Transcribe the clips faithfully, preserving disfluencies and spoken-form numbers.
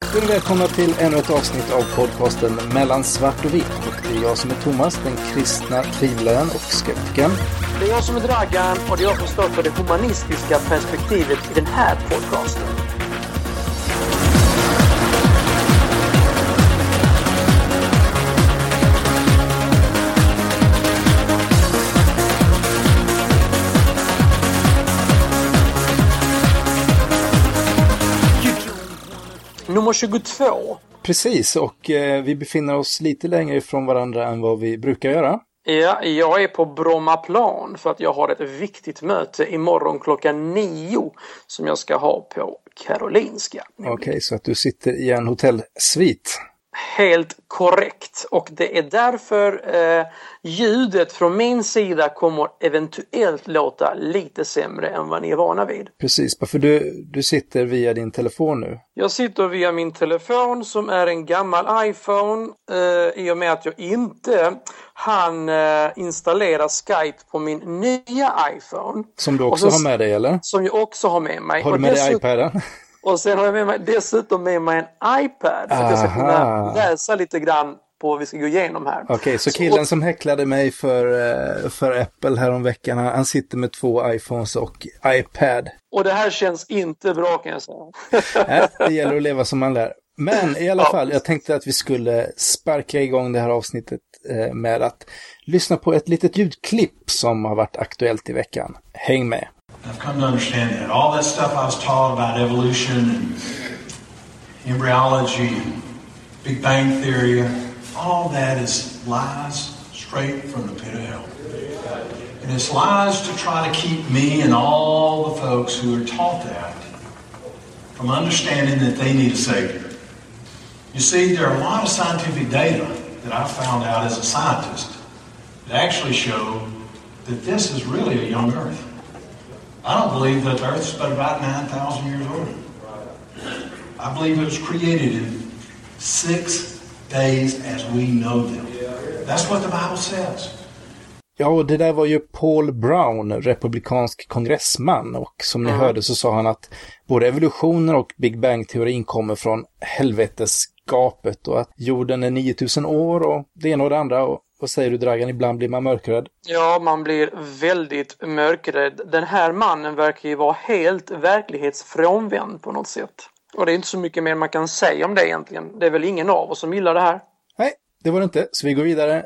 Hjärtligt välkomna till ännu ett avsnitt av podcasten Mellan svart och vitt. Och det är jag som är Thomas, den kristna tvivlaren och skeptikern. Det är jag som är Dragan och det är jag som står för det humanistiska perspektivet i den här podcasten. Nummer tjugotvå. Precis, och eh, vi befinner oss lite längre ifrån varandra än vad vi brukar göra. Ja, jag är på Brommaplan för att jag har ett viktigt möte imorgon klockan nio som jag ska ha på Karolinska. Okej, okay, så att du sitter i en hotellsvit. Helt korrekt. Och det är därför eh, ljudet från min sida kommer eventuellt låta lite sämre än vad ni är vana vid. Precis, för du, du sitter via din telefon nu. Jag sitter via min telefon som är en gammal iPhone eh, i och med att jag inte hann eh, installera Skype på min nya iPhone. Som du också så, har med dig, eller? Som jag också har med mig. Har du med dig iPaden? Och sen har jag med mig, dessutom med mig en iPad för att jag ska kunna läsa lite grann på vad vi ska gå igenom här. Okej, okay, så killen så, och... som häcklade mig för, för Apple här om veckan, han sitter med två iPhones och iPad. Och det här känns inte bra, kan jag säga. Nej, det gäller att leva som man lär. Men i alla ja. fall, jag tänkte att vi skulle sparka igång det här avsnittet med att lyssna på ett litet ljudklipp som har varit aktuellt i veckan. Häng med! I've come to understand that all that stuff I was taught about evolution and embryology and Big Bang Theory, all that is lies straight from the pit of hell. And it's lies to try to keep me and all the folks who are taught that from understanding that they need a Savior. You see, there are a lot of scientific data that I found out as a scientist that actually show that this is really a young Earth. I don't believe that the Earth's but about nine thousand years old. I believe it was created in six days as we know them. That's what the Bible says. Ja, och det där var ju Paul Brown, republikansk kongressman. Och som ni mm. hörde så sa han att både evolutionen och Big Bang-teorin kommer från helvetesgapet. Och att jorden är nio tusen år och det ena och det andra. Och vad säger du, Dragan? Ibland blir man mörkrädd. Ja, man blir väldigt mörkrädd. Den här mannen verkar ju vara helt verklighetsfrånvänd på något sätt. Och det är inte så mycket mer man kan säga om det egentligen. Det är väl ingen av oss som gillar det här. Nej, det var det inte. Så vi går vidare.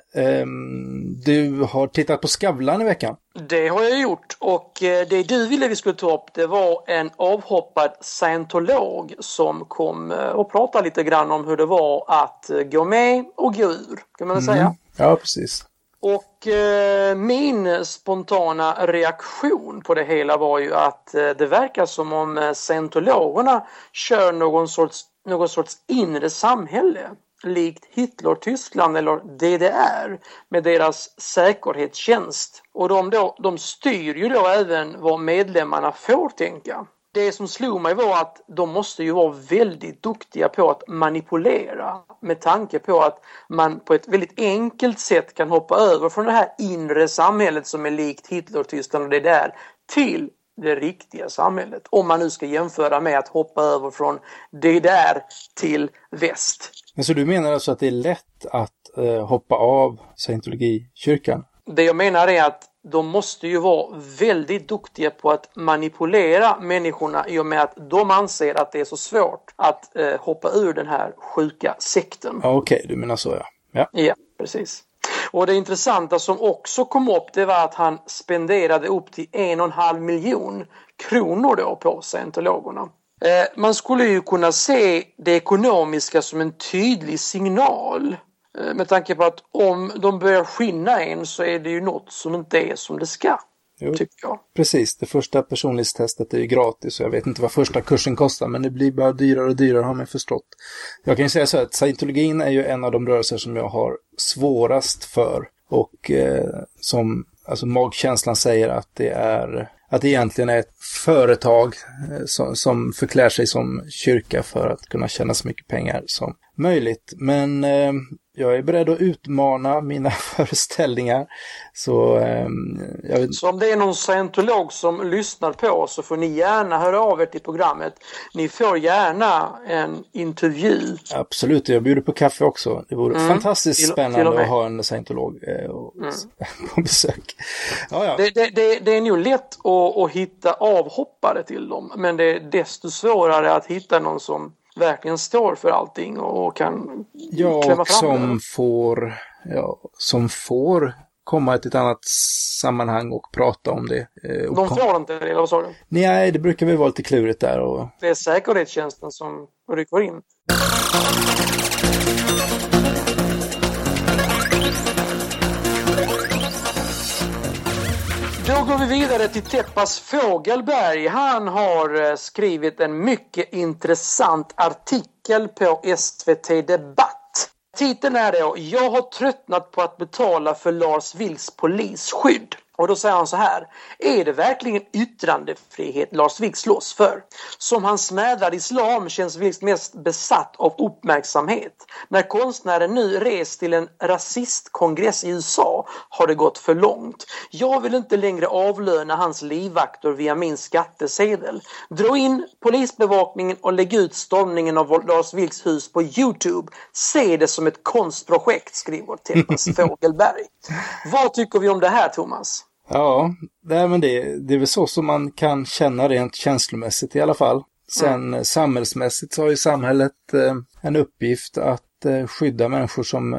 Um, du har tittat på Skavlan i veckan. Det har jag gjort. Och det du ville vi skulle ta upp, det var en avhoppad scientolog som kom och pratade lite grann om hur det var att gå med och gå ur, kan man säga. Mm. Ja, precis. Och eh, min spontana reaktion på det hela var ju att eh, det verkar som om eh, scientologerna kör någon sorts, någon sorts inre samhälle likt Hitler-Tyskland eller D D R med deras säkerhetstjänst. Och de, då, de styr ju då även vad medlemmarna får tänka. Det som slog mig var att de måste ju vara väldigt duktiga på att manipulera med tanke på att man på ett väldigt enkelt sätt kan hoppa över från det här inre samhället som är likt Hitler-Tyskland och det där till det riktiga samhället. Om man nu ska jämföra med att hoppa över från det där till väst. Men så du menar alltså att det är lätt att eh, hoppa av scientologikyrkan? Det jag menar är att de måste ju vara väldigt duktiga på att manipulera människorna i och med att de anser att det är så svårt att eh, hoppa ur den här sjuka sekten. Ja, okej, okay, du menar så, ja. ja. Ja, precis. Och det intressanta som också kom upp, det var att han spenderade upp till en och en halv miljon kronor då på scientologerna. Eh, man skulle ju kunna se det ekonomiska som en tydlig signal. Med tanke på att om de börjar skinna en så är det ju något som inte är som det ska, jo, tycker jag. Precis, det första personlighetstestet är ju gratis och jag vet inte vad första kursen kostar, men det blir bara dyrare och dyrare, har man förstått. Jag kan ju säga så att scientologin är ju en av de rörelser som jag har svårast för och eh, som alltså magkänslan säger att det är att det egentligen är ett företag eh, som, som förklär sig som kyrka för att kunna tjäna så mycket pengar som möjligt. Men eh, jag är beredd att utmana mina föreställningar. Så, eh, jag vet... så om det är någon scientolog som lyssnar på oss så får ni gärna höra av er till programmet. Ni får gärna en intervju. Absolut, jag bjuder på kaffe också. Det vore mm. fantastiskt till, spännande till att ha en scientolog eh, och, mm. på besök. Ja, ja. Det, det, det, det är nog lätt att, att hitta avhoppare till dem, men det är desto svårare att hitta någon som verkligen står för allting och kan ja, klämma fram som det. Får, ja, som får komma till ett annat sammanhang och prata om det. Och de får inte det, eller vad sa du? Nej, det brukar väl vara lite klurigt där. Och... Det är säkerhetstjänsten som rycker in. Då går vi vidare till Teppas Fågelberg. Han har skrivit en mycket intressant artikel på S V T Debatt. Titeln är då: Jag har tröttnat på att betala för Lars Vilks polisskydd. Och då säger han så här: är det verkligen yttrandefrihet Lars Vilks slåss för? Som han smädrar islam känns Vilks mest besatt av uppmärksamhet. När konstnären nu rest till en rasistkongress i U S A har det gått för långt. Jag vill inte längre avlöna hans livvakter via min skattesedel. Dra in polisbevakningen och lägg ut stormningen av Lars Vilks hus på YouTube. Se det som ett konstprojekt, skriver Teppas Fågelberg. Vad tycker vi om det här, Thomas? Ja, det, men det, det är väl så som man kan känna rent känslomässigt i alla fall. Sen mm. samhällsmässigt så har ju samhället eh, en uppgift att eh, skydda människor som eh,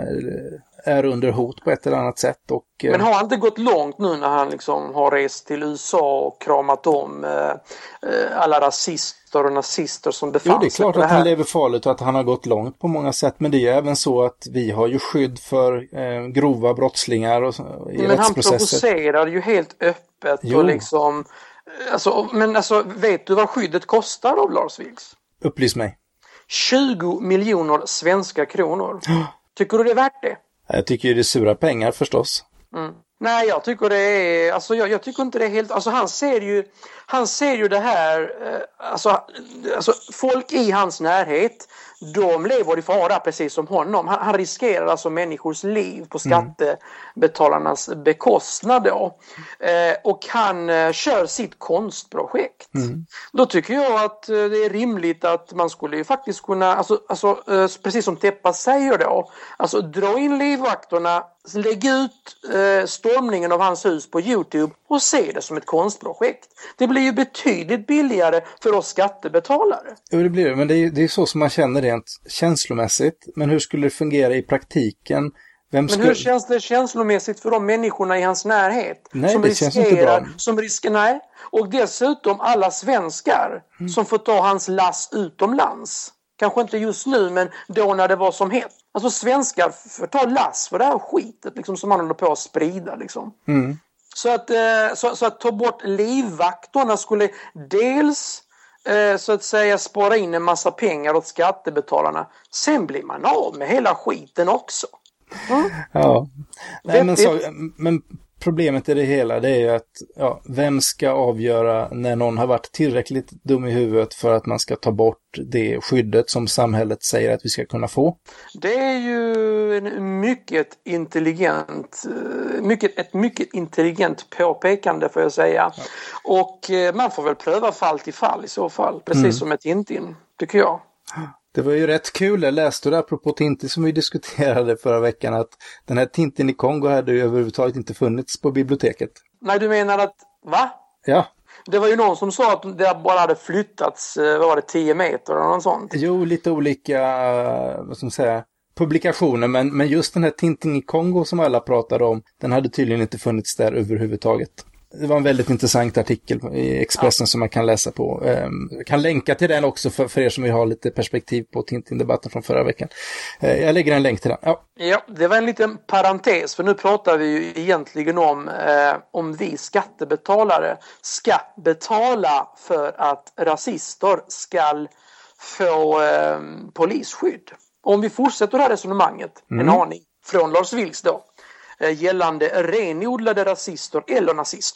är under hot på ett eller annat sätt. Och, eh... Men har han inte gått långt nu när han liksom har rest till U S A och kramat om eh, alla rasister och nazister som befann sig? Jo, det är klart att han lever farligt och att han har gått långt på många sätt. Men det är ju även så att vi har ju skydd för eh, grova brottslingar och, i men rättsprocesser. Han provocerar ju helt öppet. Jo. Och liksom... Alltså, men alltså, vet du vad skyddet kostar av Lars Vilks? Upplys mig. tjugo miljoner svenska kronor. Tycker du det är värt det? Jag tycker det är sura pengar förstås. Mm. Nej, jag tycker det är, alltså jag, jag tycker inte det är helt, alltså han ser ju, han ser ju det här, eh, alltså, alltså folk i hans närhet, de lever i fara precis som honom. Han, han riskerar alltså människors liv på skattebetalarnas bekostnad då. Eh, och han eh, kör sitt konstprojekt. Mm. Då tycker jag att eh, det är rimligt att man skulle ju faktiskt kunna, alltså, alltså eh, precis som Teppa säger då, alltså dra in livvakterna, lägg ut eh, stormningen av hans hus på YouTube och se det som ett konstprojekt. Det blir ju betydligt billigare för oss skattebetalare. Jo, det blir det, men det är, det är så som man känner rent känslomässigt. Men hur skulle det fungera i praktiken? Vem skulle... Men hur känns det känslomässigt för de människorna i hans närhet? Nej, som det riskerar, känns inte bra. Som risker, nej. Och dessutom alla svenskar mm. som får ta hans lass utomlands. Kanske inte just nu, men då när det var som hett. Alltså svenskar får ta lass för det här skitet liksom, som man håller på att sprida. Liksom. Mm. Så, att, så, så att ta bort livvakterna skulle dels så att säga spara in en massa pengar åt skattebetalarna. Sen blir man av med hela skiten också. Mm. Ja, Nej, men, så, men problemet i det hela det är ju att ja, vem ska avgöra när någon har varit tillräckligt dum i huvudet för att man ska ta bort det skyddet som samhället säger att vi ska kunna få? Det är ju en mycket intelligent, mycket, ett mycket intelligent påpekande får jag säga. Ja. Och man får väl pröva fall till fall i så fall, precis mm. som ett Tintin, tycker jag. Det var ju rätt kul, jag läste det apropå Tintin som vi diskuterade förra veckan, att den här Tintin i Kongo hade ju överhuvudtaget inte funnits på biblioteket. Nej, du menar att, va? Ja. Det var ju någon som sa att det bara hade flyttats, vad var det, tio meter eller något sånt? Jo, lite olika, vad ska man säga, publikationer, men, men just den här Tintin i Kongo som alla pratade om, den hade tydligen inte funnits där överhuvudtaget. Det var en väldigt intressant artikel i Expressen ja. som man kan läsa på. Jag kan länka till den också för, för er som vill ha lite perspektiv på Tintin-debatten från förra veckan. Jag lägger en länk till den. Ja, ja det var en liten parentes, för nu pratar vi ju egentligen om eh, om vi skattebetalare ska betala för att rasister ska få eh, polisskydd. Om vi fortsätter det här resonemanget, mm. en aning, från Lars Vilks då. Gällande renodlade rasister eller nazister.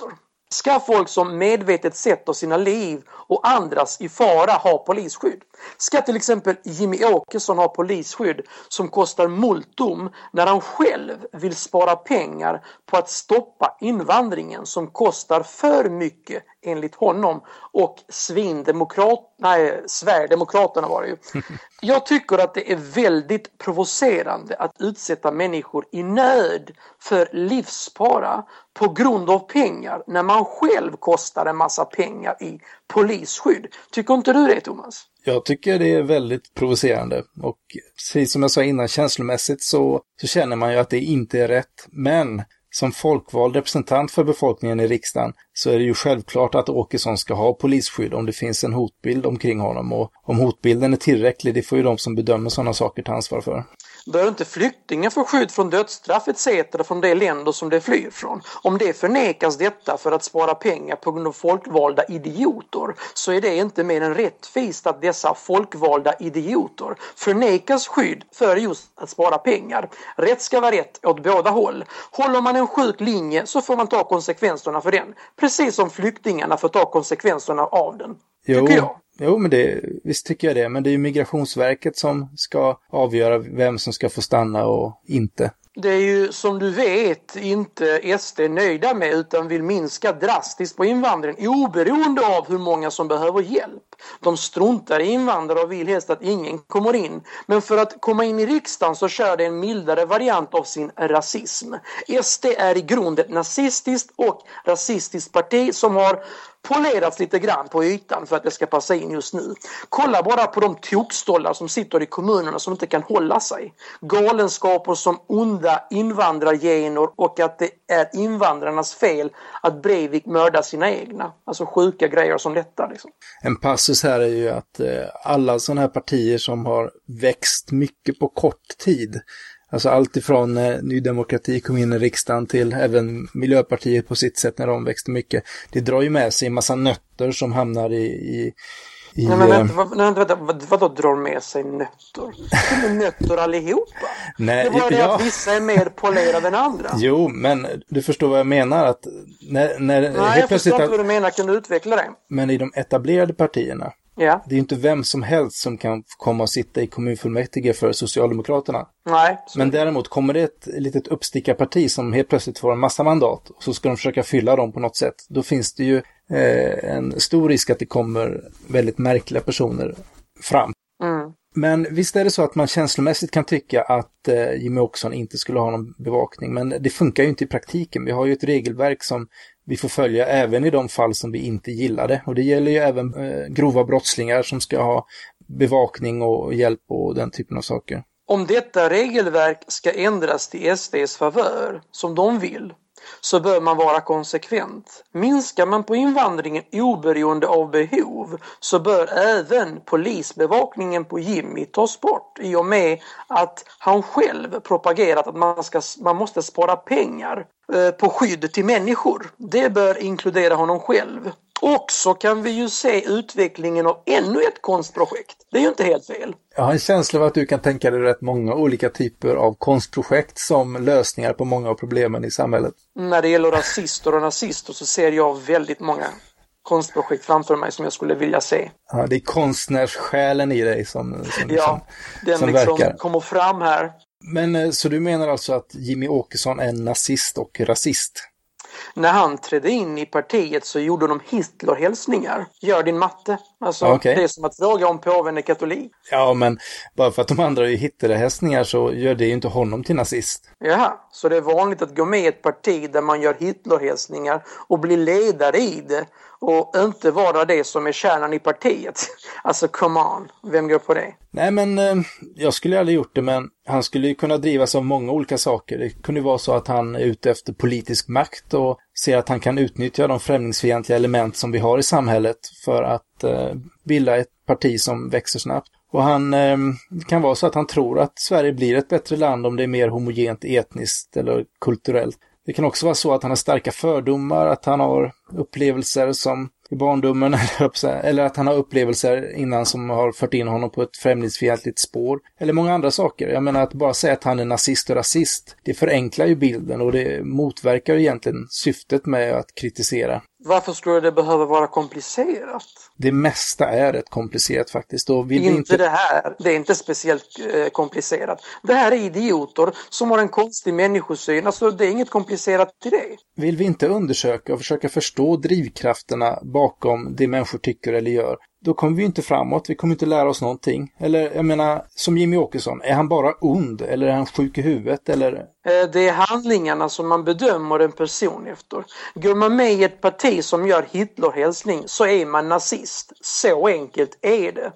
Ska folk som medvetet sätter sina liv och andras i fara ha polisskydd? Ska till exempel Jimmy Åkesson ha polisskydd som kostar multum när han själv vill spara pengar på att stoppa invandringen som kostar för mycket enligt honom och svindemokrat, nej, Sverigedemokraterna var det ju. Jag tycker att det är väldigt provocerande att utsätta människor i nöd för livsfara på grund av pengar när man själv kostar en massa pengar i polisskydd. Tycker inte du det, Thomas? Jag tycker det är väldigt provocerande och precis som jag sa innan, känslomässigt så, så känner man ju att det inte är rätt. Men som folkvald representant för befolkningen i riksdagen så är det ju självklart att Åkesson ska ha polisskydd om det finns en hotbild omkring honom. Och om hotbilden är tillräcklig, det får ju de som bedömer sådana saker ta ansvar för. Bör inte flyktingar få skydd från dödsstraff et cetera från de länder som de flyr från? Om det förnekas detta för att spara pengar på grund av folkvalda idioter så är det inte mer än rättvist att dessa folkvalda idioter förnekas skydd för just att spara pengar. Rätt ska vara rätt åt båda håll. Håller man en sjuk linje så får man ta konsekvenserna för den. Precis som flyktingarna får ta konsekvenserna av den. Jo. Tycker jag. Jo, men det, visst tycker jag det. Men det är ju Migrationsverket som ska avgöra vem som ska få stanna och inte. Det är ju som du vet inte S D nöjda med utan vill minska drastiskt på invandringen oberoende av hur många som behöver hjälp. De struntar i invandrare och vill helst att ingen kommer in. Men för att komma in i riksdagen så kör det en mildare variant av sin rasism. S D är i grunden ett nazistiskt och rasistiskt parti som har polerats lite grann på ytan för att det ska passa in just nu. Kolla bara på de tokstollar som sitter i kommunerna som inte kan hålla sig. Galenskaper som onda invandrargener och att det är invandrarnas fel att Breivik mördar sina egna. Alltså sjuka grejer som detta. Liksom. En passus här är ju att eh, alla sådana här partier som har växt mycket på kort tid, alltså allt ifrån eh, Ny Demokrati kom in i riksdagen till även Miljöpartiet på sitt sätt när de växte mycket. Det drar ju med sig en massa nötter som hamnar i... i, i nej, men vänta, vad, nej, vänta, vad, vad då drar med sig nötter? Det är nötter allihopa. Nej, det var det ja. att vissa är mer polerade än andra. Jo, men du förstår vad jag menar. Att när, när, nej, jag förstår inte vad du menar. Kan du utveckla det? Men i de etablerade partierna, ja. Det är ju inte vem som helst som kan komma och sitta i kommunfullmäktige för Socialdemokraterna. Nej. Men däremot kommer det ett litet uppstickarparti som helt plötsligt får en massa mandat och så ska de försöka fylla dem på något sätt. Då finns det ju eh, en stor risk att det kommer väldigt märkliga personer fram. Mm. Men visst är det så att man känslomässigt kan tycka att eh, Jimmy Åkesson inte skulle ha någon bevakning. Men det funkar ju inte i praktiken. Vi har ju ett regelverk som vi får följa även i de fall som vi inte gillade. Och det gäller ju även eh, grova brottslingar som ska ha bevakning och hjälp och den typen av saker. Om detta regelverk ska ändras till S D:s favör, som de vill, så bör man vara konsekvent. Minskar man på invandringen oberoende av behov så bör även polisbevakningen på Jimmy tas bort i och med att han själv propagerat att man, ska, man måste spara pengar eh, på skydd till människor. Det bör inkludera honom själv. Och så kan vi ju se utvecklingen av ännu ett konstprojekt. Det är ju inte helt fel. Jag har en känsla av att du kan tänka dig rätt många olika typer av konstprojekt som lösningar på många av problemen i samhället. När det gäller rasister och nazister så ser jag väldigt många konstprojekt framför mig som jag skulle vilja se. Ja, det är konstnärssjälen i dig som, som, ja, som, den som liksom verkar. kommer fram här. Men så du menar alltså att Jimmy Åkesson är nazist och rasist? När han trädde in i partiet så gjorde de Hitlerhälsningar. Gör din matte. Alltså, okay. Det är som att fråga om påven är katolik. Ja, men bara för att de andra är Hitlerhälsningar så gör det ju inte honom till nazist. Jaha, så det är vanligt att gå med i ett parti där man gör Hitlerhälsningar och bli ledare i det och inte vara det som är kärnan i partiet. Alltså, come on. Vem går på det? Nej, men eh, jag skulle aldrig gjort det, men han skulle ju kunna drivas av många olika saker. Det kunde vara så att han är ute efter politisk makt och ser att han kan utnyttja de främlingsfientliga element som vi har i samhället för att eh, bilda ett parti som växer snabbt. Och han eh, kan vara så att han tror att Sverige blir ett bättre land om det är mer homogent etniskt eller kulturellt. Det kan också vara så att han har starka fördomar, att han har upplevelser som i barndomen eller att han har upplevelser innan som har fört in honom på ett främlingsfientligt spår eller många andra saker. Jag menar att bara säga att han är nazist och rasist, det förenklar ju bilden och det motverkar ju egentligen syftet med att kritisera. Varför skulle det behöva vara komplicerat? Det mesta är rätt komplicerat faktiskt. Och vill inte, inte det här. Det är inte speciellt eh, komplicerat. Det här är idioter som har en konstig människosyn. Alltså det är inget komplicerat till det. Vill vi inte undersöka och försöka förstå drivkrafterna bakom det människor tycker eller gör, då kommer vi inte framåt. Vi kommer inte lära oss någonting. Eller jag menar, som Jimmy Åkesson, är han bara ond eller är han sjuk i huvudet? Eller... Eh, det är handlingarna som man bedömer en person efter. Går man med i ett parti som gör Hitlerhälsning så är man nazist. Så enkelt är det.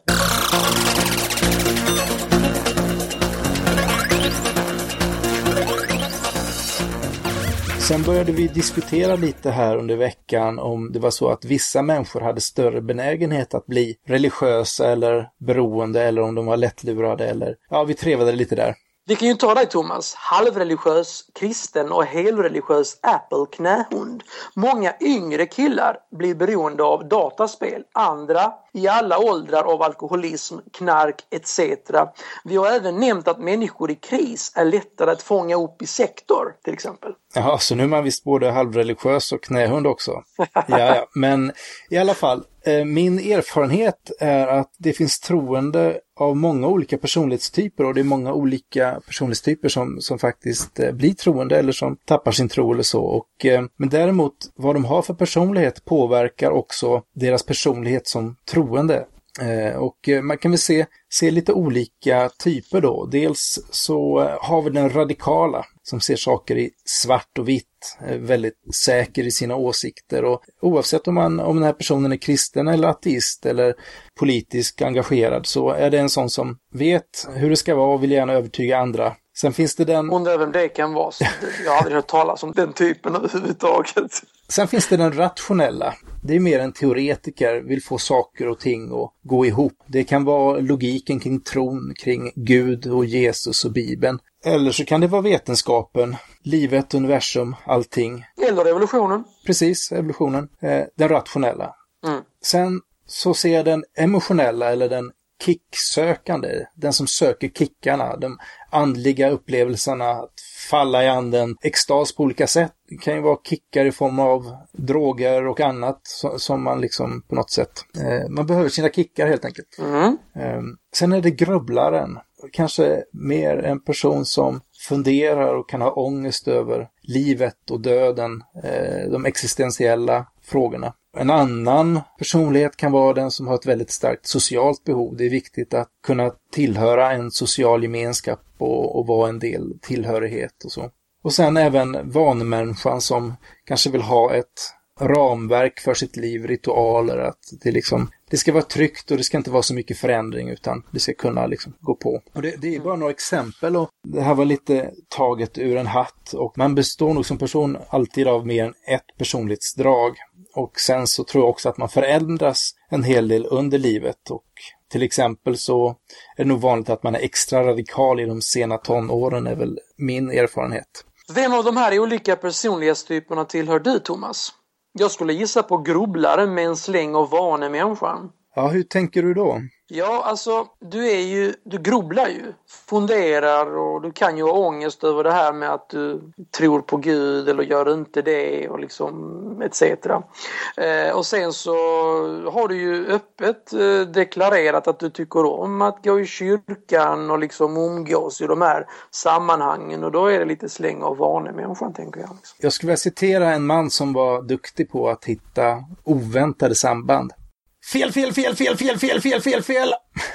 Sen började vi diskutera lite här under veckan om det var så att vissa människor hade större benägenhet att bli religiösa eller beroende, eller om de var lättlurade, eller ja, vi trevade lite där. Vi kan ju ta dig, Thomas. Halvreligiös, kristen och helreligiös Apple-knähund. Många yngre killar blir beroende av dataspel. Andra i alla åldrar av alkoholism, knark et cetera. Vi har även nämnt att människor i kris är lättare att fånga upp i sektor, till exempel. Jaha, så nu är man visst både halvreligiös och knähund också. Ja, ja. Men i alla fall, eh, min erfarenhet är att det finns troende av många olika personlighetstyper, och det är många olika personlighetstyper som, som faktiskt eh, blir troende eller som tappar sin tro eller så. Och, eh, men däremot, vad de har för personlighet påverkar också deras personlighet som troende. Eh, och eh, man kan väl se, se lite olika typer då. Dels så eh, har vi den radikala som ser saker i svart och vitt, eh, väldigt säker i sina åsikter, och oavsett om, man, om den här personen är kristen eller ateist eller politiskt engagerad, så är det en sån som vet hur det ska vara och vill gärna övertyga andra. Sen finns det den... Undrar vem det kan vara. Jag har aldrig hört talas om den typen överhuvudtaget. Sen finns det den rationella. Det är mer en teoretiker, vill få saker och ting att gå ihop. Det kan vara logiken kring tron, kring Gud och Jesus och Bibeln. Eller så kan det vara vetenskapen, livet, universum, allting. Eller evolutionen. Precis, evolutionen. Eh, den rationella. Mm. Sen så ser jag den emotionella, eller den kicksökande, den som söker kickarna, de andliga upplevelserna, att falla i anden, extas på olika sätt. Det kan ju vara kickar i form av droger och annat som man liksom på något sätt, eh, man behöver sina kickar helt enkelt. Mm. Eh, sen är det grubblaren, kanske mer en person som funderar och kan ha ångest över livet och döden, eh, de existentiella frågorna. En annan personlighet kan vara den som har ett väldigt starkt socialt behov. Det är viktigt att kunna tillhöra en social gemenskap och, och vara en del tillhörighet och så. Och sen även vanemänniskan som kanske vill ha ett ramverk för sitt liv, ritualer, att det, liksom, det ska vara tryggt och det ska inte vara så mycket förändring, utan det ska kunna liksom gå på. Och det, det är bara några exempel, och det här var lite taget ur en hatt, och man består nog som person alltid av mer än ett personlighetsdrag. Och sen så tror jag också att man förändras en hel del under livet, och till exempel så är det nog vanligt att man är extra radikal i de sena tonåren, är väl min erfarenhet. Vem av de här olika personlighetstyperna tillhör du, Thomas? Jag skulle gissa på grubblaren med en släng av vanemänniskan. Ja, hur tänker du då? Ja, alltså, du är ju, du grubblar ju, funderar, och du kan ju ha ångest över det här med att du tror på Gud eller gör inte det och liksom et cetera. Eh, och sen så har du ju öppet eh, deklarerat att du tycker om att gå i kyrkan och liksom umgås i de här sammanhangen, och då är det lite släng av vanemänniskan, tänker jag. Liksom. Jag skulle vilja citera en man som var duktig på att hitta oväntade samband. Fel, fel, fel, fel, fel, fel, fel, fel, fel.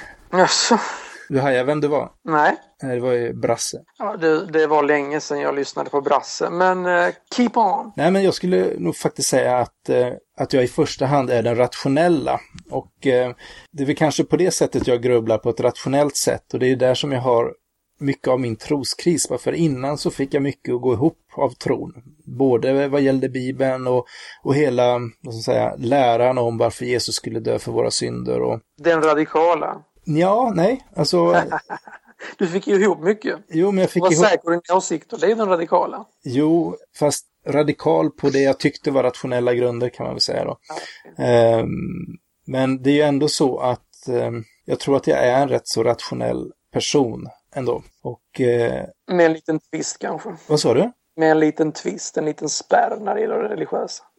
Jaså. Du hajar vem det var? Nej. Det var ju Brasse. Ja, det, det var länge sedan jag lyssnade på Brasse, men uh, keep on. Nej, men jag skulle nog faktiskt säga att, uh, att jag i första hand är den rationella. Och uh, det är väl kanske på det sättet jag grubblar på ett rationellt sätt. Och det är där som jag har mycket av min troskris. För innan så fick jag mycket att gå ihop av tron. Både vad gällde Bibeln och, och hela, vad ska jag säga, läran om varför Jesus skulle dö för våra synder. Och... Den radikala. Ja, nej. Alltså... Du fick ju ihop mycket. Jo, men jag fick var ihop... säker i dina åsikter. Det är den radikala. Jo, fast radikal på det jag tyckte var rationella grunder, kan man väl säga då. Okay. Um, men det är ju ändå så att um, jag tror att jag är en rätt så rationell person ändå. Och, uh... med en liten twist kanske. Vad sa du? Med en liten twist, en liten spärr när det gäller det religiösa.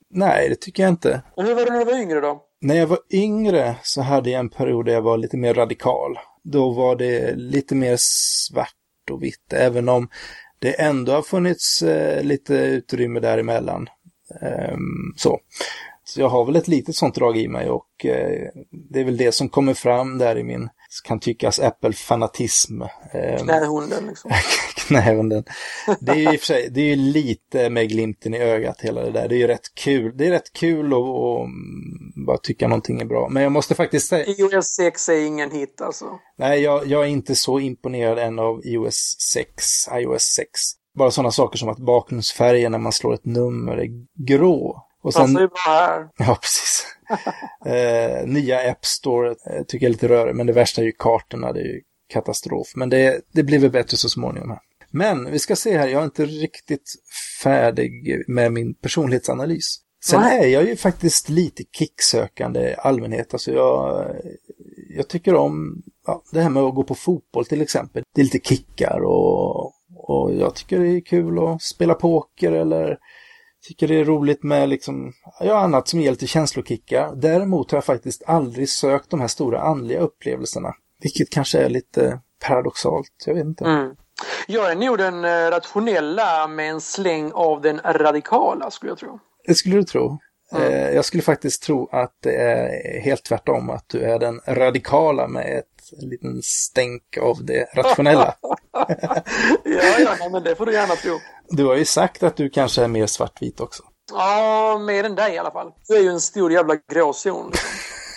Nej, det tycker jag inte. Och hur var det när du var yngre då? När jag var yngre så hade jag en period där jag var lite mer radikal. Då var det lite mer svart och vitt, även om det ändå har funnits eh, lite utrymme däremellan. Ehm, så. så jag har väl ett litet sånt drag i mig, och eh, det är väl det som kommer fram där i min, kan tyckas, Apple-fanatism. Ehm, Knähunden liksom. Knähunden. Det är ju i och för sig, det är ju lite med glimten i ögat hela det där. Det är ju rätt kul. Det är rätt kul att och bara tycka någonting är bra. Men jag måste faktiskt säga... I O S sex är ingen hit alltså. Nej, jag, jag är inte så imponerad än av I O S sex, I O S sex. Bara sådana saker som att bakgrundsfärgen när man slår ett nummer är grå. Och sen... Alltså, det är bra här. Ja, precis. eh, nya App Store eh, tycker jag är lite rörigt, men det värsta är ju kartorna, det är ju katastrof. Men det, det blir väl bättre så småningom här. Men vi ska se här, jag är inte riktigt färdig med min personlighetsanalys. Sen Nej. är jag ju faktiskt lite kicksökande i allmänhet. Alltså jag, jag tycker om ja, det här med att gå på fotboll till exempel. Det är lite kickar och, och jag tycker det är kul att spela poker, eller tycker det är roligt med liksom, ja, annat som ger lite känslokickar. Däremot har jag faktiskt aldrig sökt de här stora andliga upplevelserna. Vilket kanske är lite paradoxalt, jag vet inte. Mm. Jag är nog den rationella med en släng av den radikala, skulle jag tro. Det skulle du tro. Mm. Eh, jag skulle faktiskt tro att det är helt tvärtom, att du är den radikala med ett en liten stänk av det rationella. ja, ja, men det får du gärna tro. Du har ju sagt att du kanske är mer svartvit också. Ja, mer än dig i alla fall. Du är ju en stor jävla gråzon. Liksom.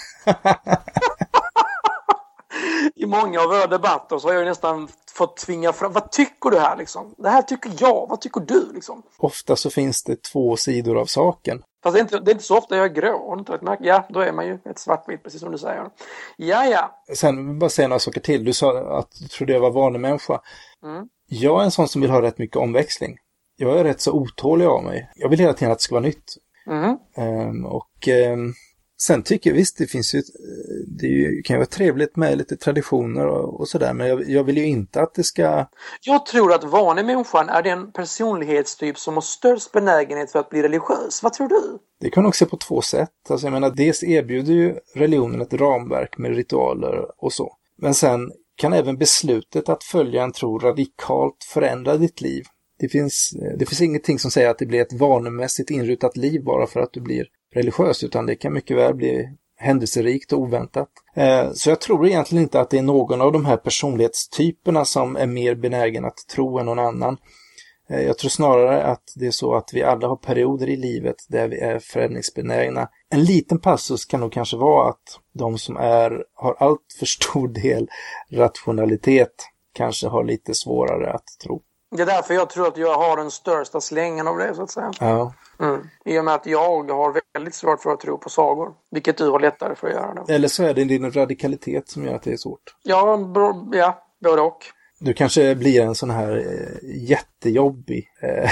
I många av våra debatter så har jag nästan fått tvinga fram, vad tycker du här liksom? Det här tycker jag, vad tycker du liksom? Ofta så finns det två sidor av saken. Fast det är inte, det är inte så ofta jag är grå. Inte rätt ja, då är man ju ett svartvitt, precis som du säger. Ja, ja. Sen vill bara säga några saker till. Du sa att du trodde jag var vanemänniska. Mm. Jag är en sån som vill ha rätt mycket omväxling. Jag är rätt så otålig av mig. Jag vill hela tiden att det ska vara nytt. Mm. Um, och... Um, Sen tycker jag visst, det finns ju, det är ju, kan ju vara trevligt med lite traditioner och, och sådär, men jag, jag vill ju inte att det ska... Jag tror att vanemänniskan är den personlighetstyp som har störst benägenhet för att bli religiös. Vad tror du? Det kan också se på två sätt. Alltså jag menar, dels erbjuder ju religionen ett ramverk med ritualer och så. Men sen kan även beslutet att följa en tro radikalt förändra ditt liv. Det finns, det finns ingenting som säger att det blir ett vanemässigt inrutat liv bara för att du blir religiös, utan det kan mycket väl bli händelserikt och oväntat. Eh, så jag tror egentligen inte att det är någon av de här personlighetstyperna som är mer benägen att tro än någon annan. Eh, jag tror snarare att det är så att vi alla har perioder i livet där vi är förändringsbenägna. En liten passus kan nog kanske vara att de som är, har allt för stor del rationalitet kanske har lite svårare att tro. Det är därför jag tror att jag har den största slängen av det, så att säga. Ja. Mm. I och med att jag har väldigt svårt för att tro på sagor. Vilket du har lättare för att göra då. Eller så är det din radikalitet som gör att det är svårt. Ja, bro, ja både och. Du kanske blir en sån här eh, jättejobbig eh,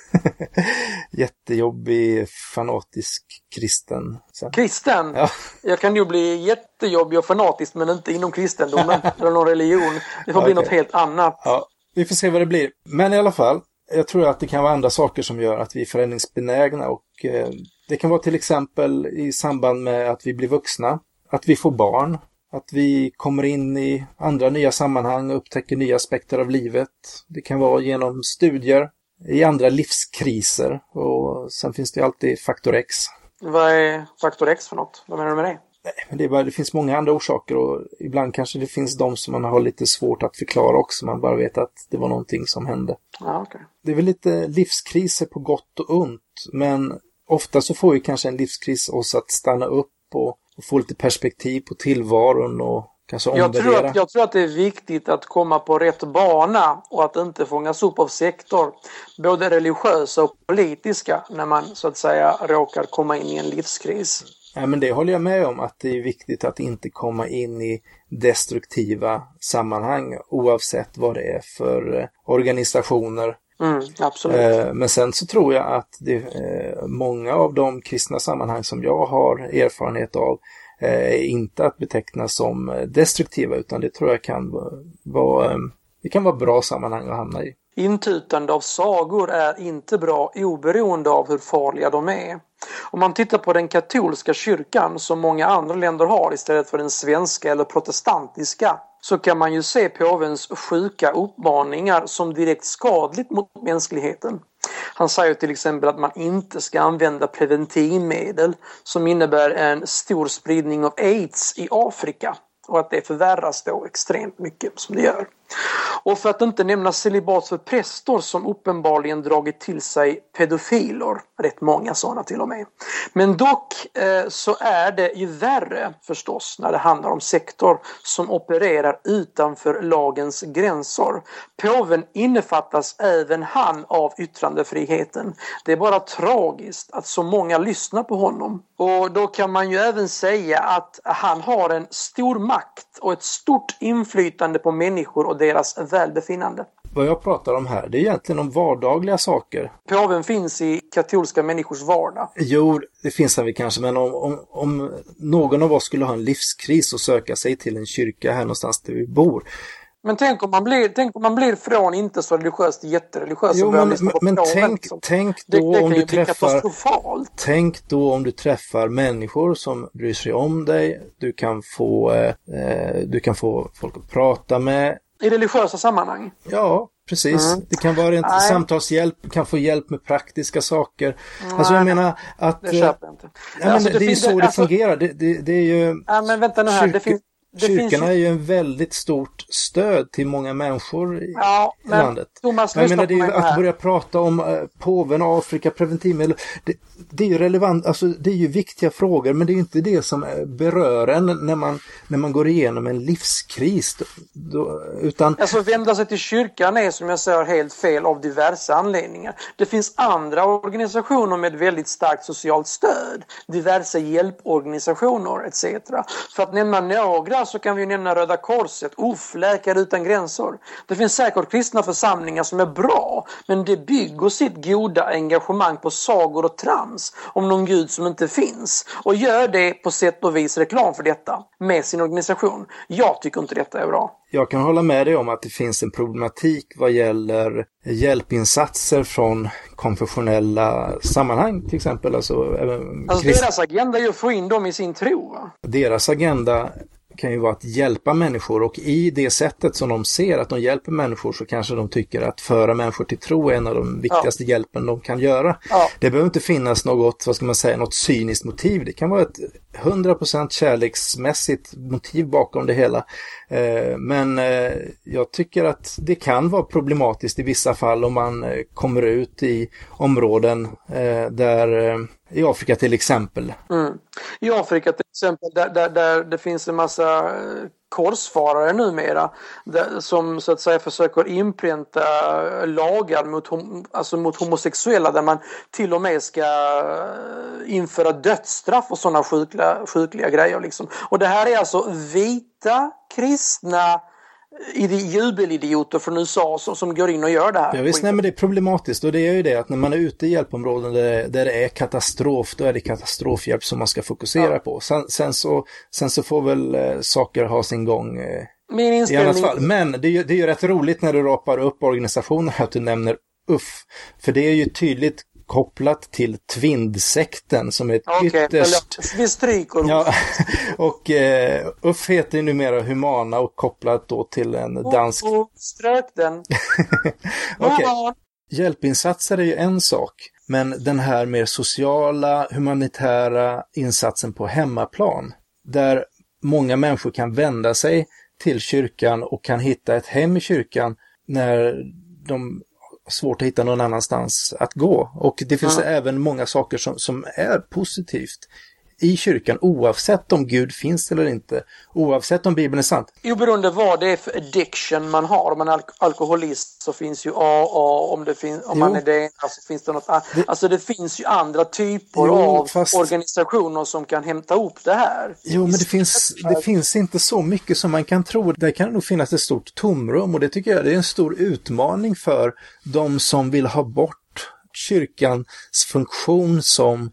jättejobbig fanatisk kristen. Sen. Kristen? Ja. Jag kan ju bli jättejobbig och fanatisk, men inte inom kristendomen eller någon religion. Det får bli okay. Något helt annat. Ja. Vi får se vad det blir. Men i alla fall, jag tror att det kan vara andra saker som gör att vi är förändringsbenägna. Och eh, det kan vara till exempel i samband med att vi blir vuxna. Att vi får barn. Att vi kommer in i andra nya sammanhang och upptäcker nya aspekter av livet. Det kan vara genom studier, i andra livskriser. Och sen finns det alltid faktor X. Vad är faktor X för något? Vad menar du med det? Nej, men det, är bara, det finns många andra orsaker, och ibland kanske det finns de som man har lite svårt att förklara också. Man bara vet att det var någonting som hände. Ja, okay. Det är väl lite livskriser på gott och ont, men ofta så får ju kanske en livskris oss att stanna upp och, och få lite perspektiv på tillvaron och kanske omvärdera. Jag tror, att, jag tror att det är viktigt att komma på rätt bana och att inte fångas upp av sektor, både religiösa och politiska, när man så att säga råkar komma in i en livskris. Ja, men det håller jag med om, att det är viktigt att inte komma in i destruktiva sammanhang oavsett vad det är för organisationer. Mm, absolut. Men sen så tror jag att det är många av de kristna sammanhang som jag har erfarenhet av är inte att beteckna som destruktiva, utan det tror jag kan vara, det kan vara bra sammanhang att hamna i. Intutande av sagor är inte bra oberoende av hur farliga de är. Om man tittar på den katolska kyrkan som många andra länder har istället för den svenska eller protestantiska, så kan man ju se påvens sjuka uppmaningar som direkt skadligt mot mänskligheten. Han säger till exempel att man inte ska använda preventivmedel som innebär en stor spridning av AIDS i Afrika. Och att det förvärras då extremt mycket som det gör. Och för att inte nämna celibat för präster som uppenbarligen dragit till sig pedofiler. Rätt många sådana till och med. Men dock eh, så är det ju värre förstås när det handlar om sektor som opererar utanför lagens gränser. Påven innefattas även han av yttrandefriheten. Det är bara tragiskt att så många lyssnar på honom. Och då kan man ju även säga att han har en stor makt och ett stort inflytande på människor och deras välbefinnande. Vad jag pratar om här, det är egentligen om vardagliga saker. Påven finns i katolska människors vardag. Jo, det finns han väl kanske, men om, om, om någon av oss skulle ha en livskris och söka sig till en kyrka här någonstans där vi bor. Men tänk om man blir, tänk om man blir från inte så religiöst till jättereligiös. Jo, men, men, men tänk, liksom. tänk då det, det om du träffar tänk då om du träffar människor som bryr sig om dig. Du kan få, eh, du kan få folk att prata med. I religiösa sammanhang? Ja, precis. Mm. Det kan vara en Nej. samtalshjälp, kan få hjälp med praktiska saker. Nej. Alltså jag menar att... Det köper jag inte. Ja, alltså, det, det är ju så det, det alltså, fungerar. Det, det, det är ju... Ja, men vänta nu här. Kyrk, det finns... Kyrkorna är ju en väldigt stort stöd till många människor i ja, men landet. Thomas, jag menar det är ju att börja prata om uh, påven, Afrika, preventivmedel. Det, det är ju relevant, alltså det är ju viktiga frågor, men det är ju inte det som berör en när man, när man går igenom en livskris. Då, utan... Alltså vända sig till kyrkan är som jag säger helt fel av diverse anledningar. Det finns andra organisationer med väldigt starkt socialt stöd. Diverse hjälporganisationer et cetera. För att nämna några så kan vi nämna Röda Korset, U F, Läkare utan gränser. Det finns säkert kristna församlingar som är bra, men det bygger sitt goda engagemang på sagor och trams om någon gud som inte finns. Och gör det på sätt och vis reklam för detta med sin organisation. Jag tycker inte detta är bra. Jag kan hålla med dig om att det finns en problematik vad gäller hjälpinsatser från konfessionella sammanhang till exempel. Alltså, alltså krist... deras agenda är ju att få in dem i sin tro, va? Deras agenda kan ju vara att hjälpa människor, och i det sättet som de ser att de hjälper människor så kanske de tycker att föra människor till tro är en av de viktigaste ja. hjälpen de kan göra. Ja. Det behöver inte finnas något, vad ska man säga, något cyniskt motiv. Det kan vara ett hundra procent kärleksmässigt motiv bakom det hela. Eh, men eh, jag tycker att det kan vara problematiskt i vissa fall om man eh, kommer ut i områden eh, där eh, i Afrika till exempel. Mm. I Afrika till exempel där, där, där det finns en massa korsfarare numera där, som så att säga försöker inpränta lagar mot, hom, alltså mot homosexuella där man till och med ska införa dödsstraff och sådana sjukliga, sjukliga grejer liksom. Och det här är alltså vita kristna jubelidioter från U S A som, som går in och gör det här. Ja, visst, nej, men det är problematiskt, och det är ju det att när man är ute i hjälpområden där, där det är katastrof, då är det katastrofhjälp som man ska fokusera ja. på. Sen, sen, så, sen så får väl eh, saker ha sin gång eh, Min inställning... i annat fall. Men det är, ju, det är ju rätt roligt när du rapar upp organisationer att du nämner U F. För det är ju tydligt kopplat till Tvindsekten som är ett okay, ytterst... Vi stryker. Ja, och eh, U F heter numera Humana och kopplat då till en dansk... Oh, oh, strök den. Okej, okay. Hjälpinsatser är ju en sak, men den här mer sociala, humanitära insatsen på hemmaplan, där många människor kan vända sig till kyrkan och kan hitta ett hem i kyrkan när de svårt att hitta någon annanstans att gå. Och det finns mm. även många saker som, som är positivt i kyrkan, oavsett om Gud finns eller inte, oavsett om Bibeln är sant. Oberoende vad det är för addiction man har, om man är alk- alkoholist så finns ju A A, om, det fin- om man är det så finns det något annat. Det... Alltså det finns ju andra typer jo, av fast... organisationer som kan hämta upp det här. Jo, men det finns, det finns inte så mycket som man kan tro. Det kan nog finnas ett stort tomrum, och det tycker jag det är en stor utmaning för de som vill ha bort kyrkans funktion som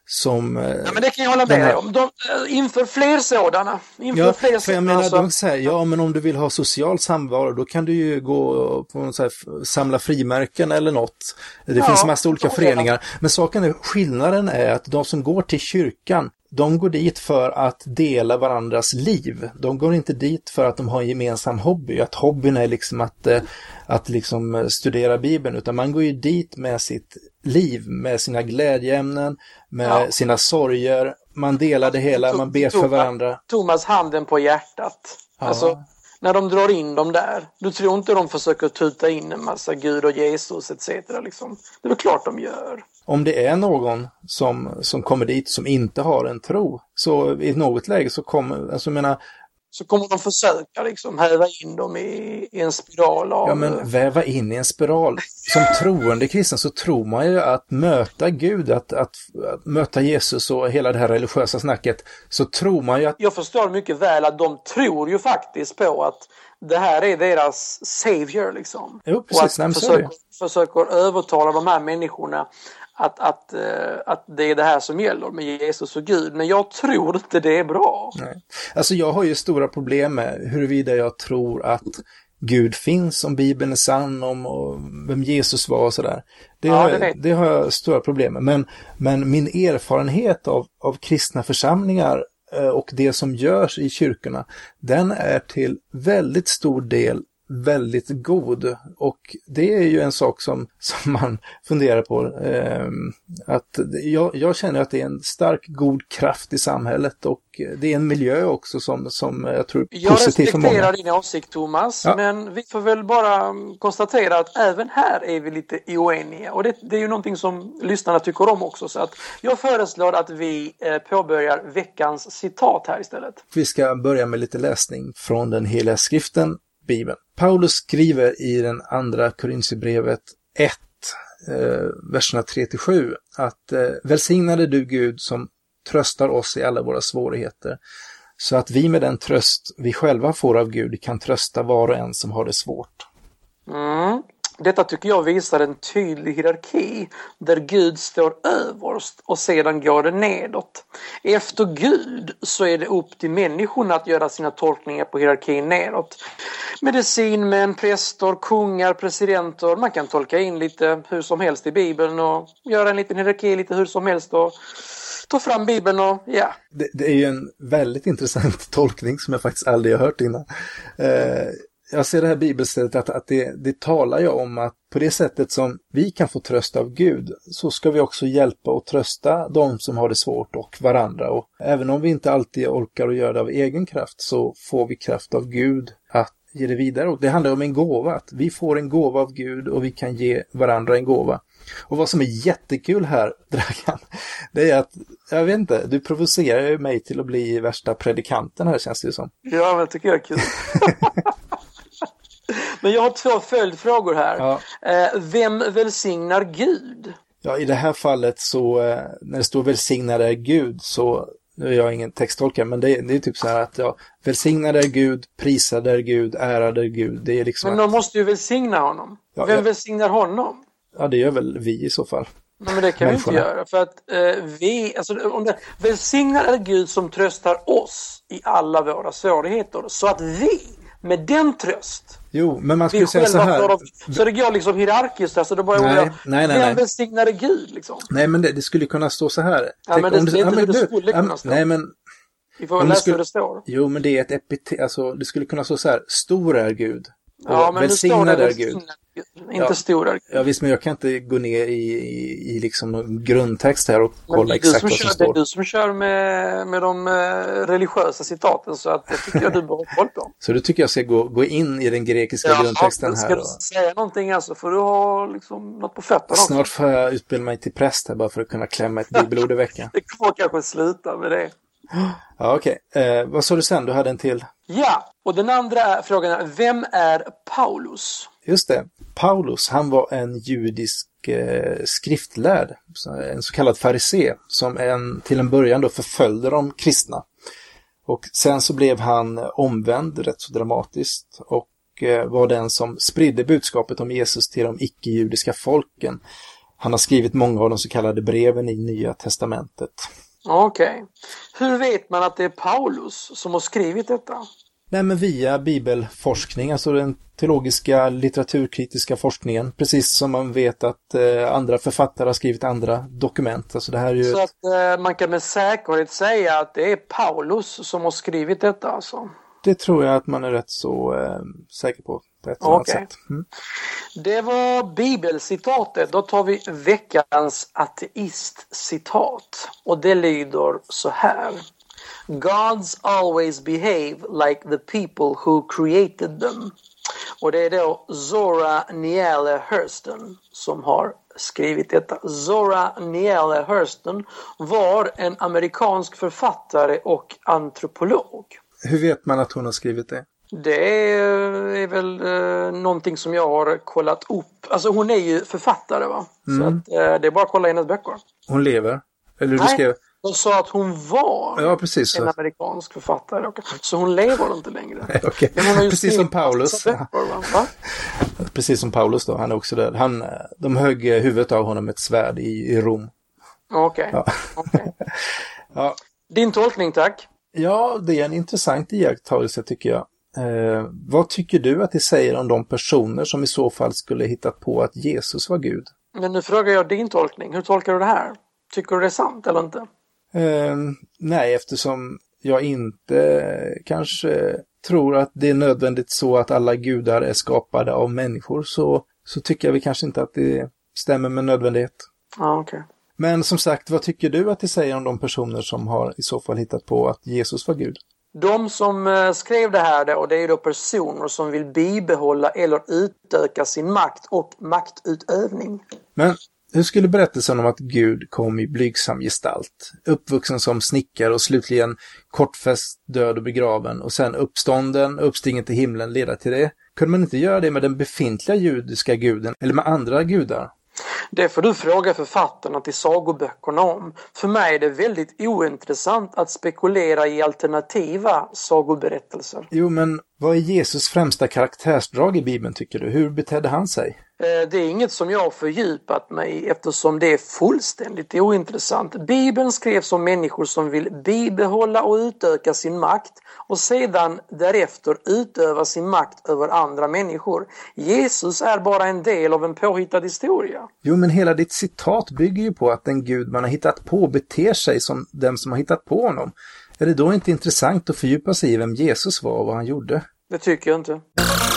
som ja, men det kan jag hålla med dig om. De, inför fler sådana. Inför ja, fler för jag sådana, menar, så... de säger, ja men om du vill ha social samvaro, då kan du ju gå på en så här, samla frimärken eller något. Det ja, finns en massa olika så föreningar. Men saken är, skillnaden är att de som går till kyrkan, de går dit för att dela varandras liv. De går inte dit för att de har en gemensam hobby. Att hobbyn är liksom att, att liksom studera Bibeln. Utan man går ju dit med sitt liv, med sina glädjeämnen, med ja. sina sorger. Man delar det hela, man ber för varandra. Thomas, handen på hjärtat. Ja. Alltså, när de drar in dem där, du tror inte de försöker tuta in en massa Gud och Jesus et cetera. Liksom. Det är väl klart de gör. Om det är någon som, som kommer dit som inte har en tro, så i något läge så kommer, alltså jag menar, så kommer de försöka liksom häva in dem i, i en spiral av... Ja, men väva in i en spiral. Som troende kristen så tror man ju att möta Gud, att, att, att möta Jesus och hela det här religiösa snacket, så tror man ju att... Jag förstår mycket väl att de tror ju faktiskt på att det här är deras savior liksom. Jo, precis. Och att försöker, försöker övertala de här människorna Att, att, att det är det här som gäller med Jesus och Gud. Men jag tror inte det är bra. Nej. Alltså jag har ju stora problem med huruvida jag tror att Gud finns, om Bibeln är sann, om och vem Jesus var och sådär. Det, ja, det, det har jag stora problem med. Men, men min erfarenhet av, av kristna församlingar och det som görs i kyrkorna, den är till väldigt stor del väldigt god, och det är ju en sak som, som man funderar på, eh, att jag, jag känner att det är en stark god kraft i samhället, och det är en miljö också som, som jag tror är positiv för många. Jag respekterar din åsikt, Thomas, ja. Men vi får väl bara konstatera att även här är vi lite oeniga, och det, det är ju någonting som lyssnarna tycker om också, så att jag föreslår att vi eh, påbörjar veckans citat här istället. Vi ska börja med lite läsning från den heliga skriften, Bibeln. Paulus skriver i den andra Korinthierbrevet ett, eh, verserna tre till sju, att eh, välsignade du Gud som tröstar oss i alla våra svårigheter, så att vi med den tröst vi själva får av Gud kan trösta var och en som har det svårt. Mm. Detta tycker jag visar en tydlig hierarki där Gud står överst och sedan går det nedåt. Efter Gud så är det upp till människorna att göra sina tolkningar på hierarkin nedåt. Medicinmän, präster, kungar, presidenter, man kan tolka in lite hur som helst i Bibeln och göra en liten hierarki lite hur som helst och ta fram Bibeln och ja. Det, det är ju en väldigt intressant tolkning som jag faktiskt aldrig har hört innan. Eh, Jag ser det här bibelstället att, att det, det talar ju om att på det sättet som vi kan få tröst av Gud, så ska vi också hjälpa och trösta de som har det svårt och varandra. Och även om vi inte alltid orkar att göra det av egen kraft, så får vi kraft av Gud att ge det vidare. Och det handlar om en gåva, att vi får en gåva av Gud och vi kan ge varandra en gåva. Och vad som är jättekul här, Dragan, det är att, jag vet inte, du provocerar ju mig till att bli värsta predikanten här, känns det som. Ja, men jag tycker jag är kul. Men jag har två följdfrågor här. Ja. Vem välsignar Gud? Ja, i det här fallet så, när det står välsignad är Gud, så, nu är jag ingen texttolkare, men det, det är typ så här att ja, välsignad är Gud, prisad är Gud, ärad är Gud. Det är liksom men de att... måste ju välsigna honom. Ja, Vem jag... välsignar honom? Ja, det gör väl vi i så fall. Nej, men det kan Människorna. Vi inte göra. För att eh, vi, alltså om det välsignar är Gud som tröstar oss i alla våra svårigheter, så att vi med den tröst. Jo, men man skulle säga så här. Av, så det går liksom hierarkiskt. Alltså det bara nej, jag, nej, nej, vem välsignade Gud liksom? Nej, men det, det skulle kunna stå så här. Ja, men det, det, det är inte hur det skulle kunna stå. Nej, men... Vi får väl läsa hur det står. Jo, men det är ett epitet. Alltså, det skulle kunna stå så här. Stor är Gud. Ja, men välsignad är Gud. Inte ja, stor är Gud. Ja, visst, men jag kan inte gå ner i, i, i liksom någon grundtext här och kolla exakt vad som kör, står. Det är du som kör med, med de religiösa citaten, så att det tycker jag du bör ha koll på. Så du tycker jag ska gå, gå in i den grekiska ja, grundtexten här? Ja, ska du säga någonting alltså, för du har liksom något på fötterna. Snart får jag utbilda mig till präst här bara för att kunna klämma ett bibelord i veckan. Det kommer kanske sluta med det. Ja, okej. Okay. Eh, vad sa du sen? Du hade en till. Ja, och den andra frågan är, vem är Paulus? Just det. Paulus, han var en judisk eh, skriftlärd, en så kallad farisé, som en, till en början då förföljde de kristna. Och sen så blev han omvänd rätt så dramatiskt och eh, var den som spridde budskapet om Jesus till de icke-judiska folken. Han har skrivit många av de så kallade breven i Nya testamentet. Okej. Okay. Hur vet man att det är Paulus som har skrivit detta? Nej, men via bibelforskning, alltså den teologiska litteraturkritiska forskningen. Precis som man vet att eh, andra författare har skrivit andra dokument. Alltså det här är ju så ett... att eh, man kan med säkerhet säga att det är Paulus som har skrivit detta alltså? Det tror jag att man är rätt så eh, säker på. På ett okay. sätt. Mm. Det var bibelcitatet. Då tar vi veckans ateistcitat. Och det lyder så här. Gods always behave like the people who created them. Och det är då Zora Neale Hurston som har skrivit detta. Zora Neale Hurston var en amerikansk författare och antropolog. Hur vet man att hon har skrivit det? Det är väl eh, någonting som jag har kollat upp. Alltså hon är ju författare va? Mm. Så att, eh, det är bara att kolla hennes böcker. Hon lever? Eller Nej, du skrev... de sa att hon var ja, precis, en amerikansk författare. Så hon lever inte längre. Nej, okay. Precis som Paulus. Böcker, va? Precis som Paulus då, han är också där. Han, de högg huvudet av honom med ett svärd i, i Rom. Okej. Okay. Ja. Okay. Ja. Din tolkning, tack. Ja, det är en intressant iakttagelse tycker jag. Eh, vad tycker du att det säger om de personer som i så fall skulle hittat på att Jesus var Gud? Men nu frågar jag din tolkning. Hur tolkar du det här? Tycker du det är sant eller inte? Eh, nej, eftersom jag inte kanske tror att det är nödvändigt så att alla gudar är skapade av människor så, så tycker jag vi kanske inte att det stämmer med nödvändighet. Ja, okej. Okay. Men som sagt, vad tycker du att det säger om de personer som har i så fall hittat på att Jesus var Gud? De som skrev det här då, och det är då personer som vill bibehålla eller utöka sin makt och maktutövning. Men hur skulle berättelsen om att Gud kom i blygsam gestalt, uppvuxen som snickare och slutligen kortfäst, död och begraven och sen uppstånden, uppstigen till himlen leda till det? Kunde man inte göra det med den befintliga judiska guden eller med andra gudar? Det får du fråga författarna till sagoböckerna om. För mig är det väldigt ointressant att spekulera i alternativa sagoberättelser. Jo, men vad är Jesus främsta karaktärsdrag i Bibeln tycker du? Hur betedde han sig? Det är inget som jag har fördjupat mig i eftersom det är fullständigt ointressant. Bibeln skrevs om människor som vill bibehålla och utöka sin makt och sedan därefter utöva sin makt över andra människor. Jesus är bara en del av en påhittad historia. Jo, men hela ditt citat bygger ju på att den Gud man har hittat på beter sig som den som har hittat på honom. Är det då inte intressant att fördjupa sig i vem Jesus var och vad han gjorde? Det tycker jag inte.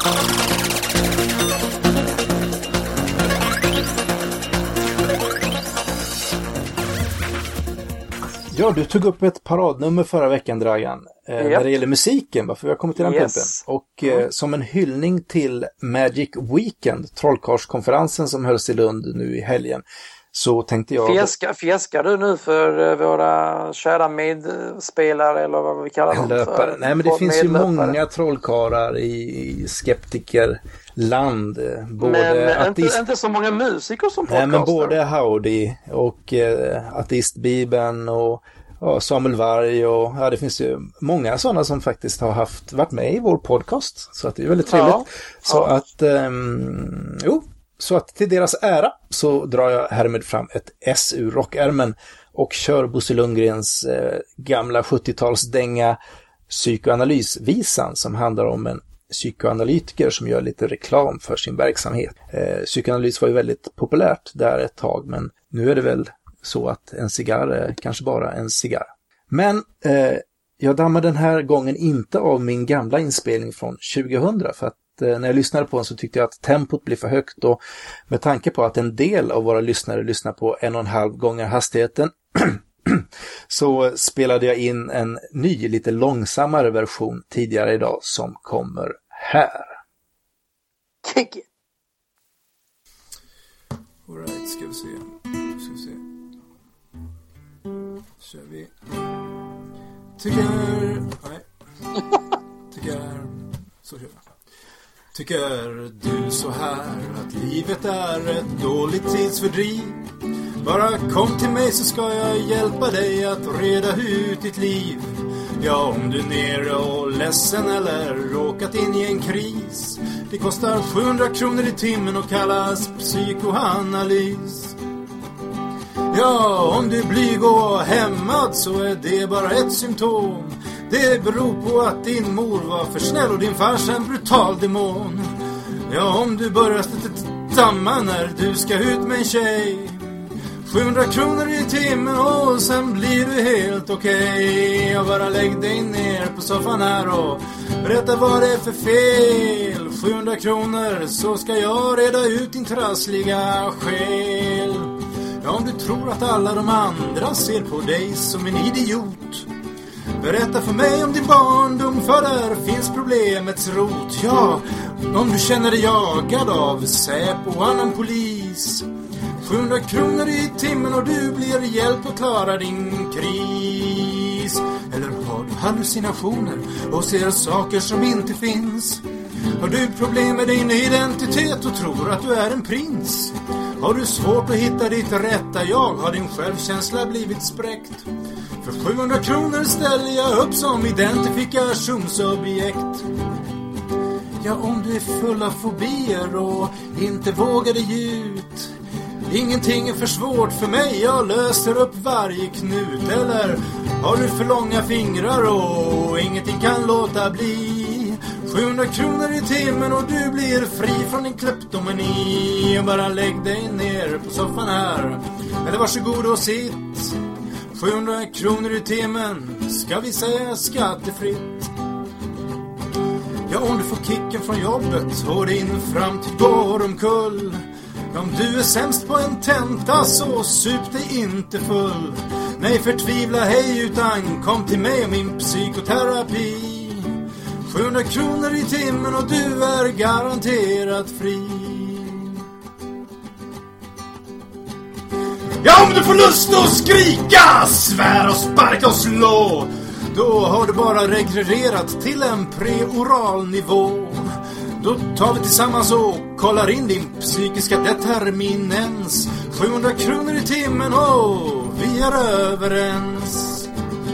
Ja, du tog upp ett paradnummer förra veckan, Dragan, eh, yep. när det gäller musiken, varför vi har kommit till den yes. punkten. Och eh, mm. som en hyllning till Magic Weekend, trollkarlskonferensen som hölls i Lund nu i helgen, så tänkte jag... Fjäskar, fjäskar du nu för våra kära medspelare eller vad vi kallar dem för? Nej, men det finns ju många trollkarlar i, i skeptikerland. Både men ateist... inte, inte så många musiker som podcastar. Nej, men både Howdy och eh, ateistbibeln och ja, Samuel Varg och ja, det finns ju många sådana som faktiskt har haft varit med i vår podcast. Så att det är väldigt trevligt. Ja. Så ja. att, um, jo... Så att till deras ära så drar jag härmed fram ett S ur rockärmen och kör Bosse Lundgrens eh, gamla sjuttiotalsdänga psykoanalysvisan som handlar om en psykoanalytiker som gör lite reklam för sin verksamhet. Eh, psykoanalys var ju väldigt populärt där ett tag, men nu är det väl så att en cigarr är kanske bara en cigarr. Men eh, jag dammar den här gången inte av min gamla inspelning från tjugohundra för att när jag lyssnade på den så tyckte jag att tempot blev för högt och med tanke på att en del av våra lyssnare lyssnar på en och en halv gånger hastigheten så spelade jag in en ny, lite långsammare version tidigare idag som kommer här. Kick it! All right, ska vi se. Ska vi se. Kör vi. Tycker... Nej. Tycker... Så kör vi. Tycker du så här att livet är ett dåligt tidsfördriv? Bara kom till mig så ska jag hjälpa dig att reda ut ditt liv. Ja, om du är nere och ledsen eller råkat in i en kris. Det kostar sjuhundra kronor i timmen och kallas psykoanalys. Ja, om du är blyg och hämmad så är det bara ett symptom. Det beror på att din mor var för snäll och din farsa en brutal demon. Ja, om du börjar stamma när du ska ut med en tjej, sjuhundra kronor i timmen och sen blir du helt okej. Jag bara lägg dig ner på soffan här och berätta vad det är för fel. Sjuhundra kronor så ska jag reda ut din trassliga själ. Ja, om du tror att alla de andra ser på dig som en idiot, berätta för mig om din barndom, för där finns problemets rot. Ja, om du känner dig jagad av Säpo och annan polis, sjuhundra kronor i timmen och du blir hjälpt att klara din kris. Eller har du hallucinationer och ser saker som inte finns? Har du problem med din identitet och tror att du är en prins? Har du svårt att hitta ditt rätta jag? Har din självkänsla blivit spräckt? För sjuhundra kronor ställer jag upp som identifikationsobjekt. Ja, om du är full av fobier och inte vågar dig ut, ingenting är för svårt för mig, jag löser upp varje knut. Eller har du för långa fingrar och ingenting kan låta bli, sjuhundra kronor i timmen och du blir fri från din kleptomani. Bara lägg dig ner på soffan här, eller varsågod och sitt. Sjuhundra kronor i timmen ska vi säga skattefritt. Ja, om du får kicken från jobbet och din framtid går omkull, om du är sämst på en tenta så sup dig inte full. Nej, förtvivla hej, utan kom till mig och min psykoterapi. sjuhundra kronor i timmen och du är garanterat fri. Ja, om du får lust att skrika, svär och sparka och slå, då har du bara regrererat till en preoral nivå. Då tar vi tillsammans och kollar in din psykiska determinens. sjuhundra kronor i timmen och vi är överens.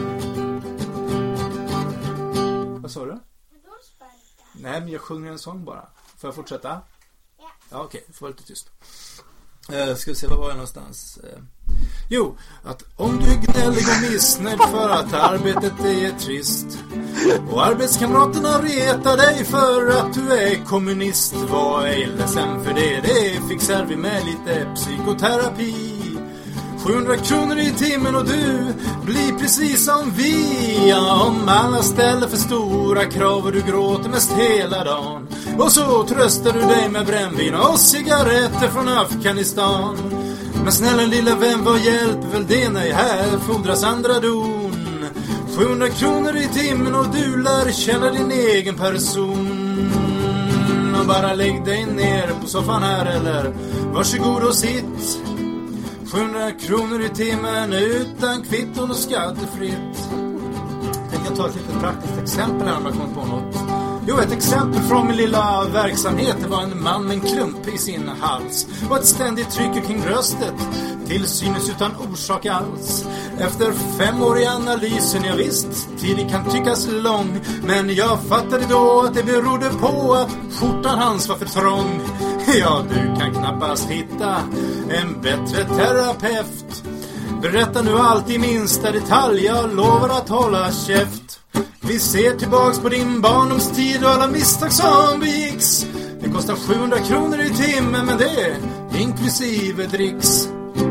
Vad sa du? Nej, men jag sjunger en sång bara. Får jag fortsätta? Ja. Ja, okej, okay, får vara lite tyst. Uh, ska vi se, var var jag någonstans? Uh, jo, att om du är gnällig och missnöjd för att arbetet är trist och arbetskamraterna retar dig för att du är kommunist, var ej ledsen för det, det fixar vi med lite psykoterapi. sjuhundra kronor i timmen och du blir precis som vi. Ja, om alla ställer för stora krav och du gråter mest hela dagen, och så tröstar du dig med brännvin och cigaretter från Afghanistan. Men snälla lilla vän, vad hjälper väl det? Nej, här fordras andra don. sjuhundra kronor i timmen och du lär känna din egen person. Och bara lägg dig ner på soffan här, eller varsågod och sitt. sjuhundra kronor i timmen utan kvitton och skattefritt. Jag kan ta ett litet praktiskt exempel här om jag kommer på något. Jo, ett exempel från min lilla verksamhet. Det var en man med en klump i sin hals och ett ständigt tryck kring bröstet, till synes utan orsak alls. Efter fem år i analysen, jag visst, tiden kan tyckas lång, men jag fattade då att det berodde på att skjortan hans var för trång. Ja, du kan knappast hitta en bättre terapeut. Berätta nu allt i minsta detalj, jag lovar att hålla käft. Vi ser tillbaks på din barndomstid och alla misstag som begicks. Det kostar sjuhundra kronor i timmen, men det är inklusive dricks.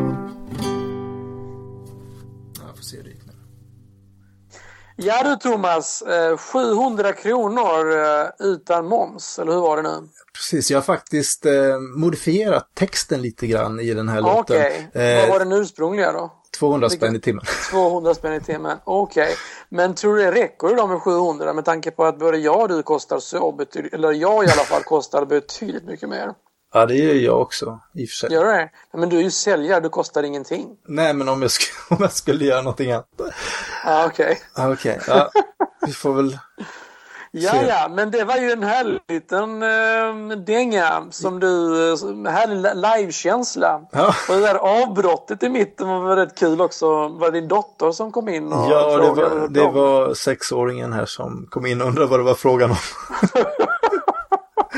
Jag får se det nu. Ja du Thomas, sjuhundra kronor utan moms, eller hur var det nu? Precis, jag har faktiskt eh, modifierat texten lite grann i den här låten. Okej, okay. eh, vad var den ursprungliga då? tvåhundra spänn i timmen. tvåhundra spänn i timmen, okej. Okay. Men tror du det räcker då med sjuhundra med tanke på att både jag och du kostar så betydligt, eller jag i alla fall kostar betydligt mycket mer? Ja, det gör jag också, i och för sig. Gör det? Men du är ju säljare, du kostar ingenting. Nej, men om jag, sk- om jag skulle göra någonting annat. Ja, okej. Okay. Ja, okej. Okay. Ja, vi får väl... Ja, ja, men det var ju en härlig liten äh, dänga som du, härlig livekänsla. Ja. Och det där avbrottet i mitten var rätt kul också. Var det din dotter som kom in? Och ja, det var, det var sexåringen här som kom in och undrade vad det var frågan om.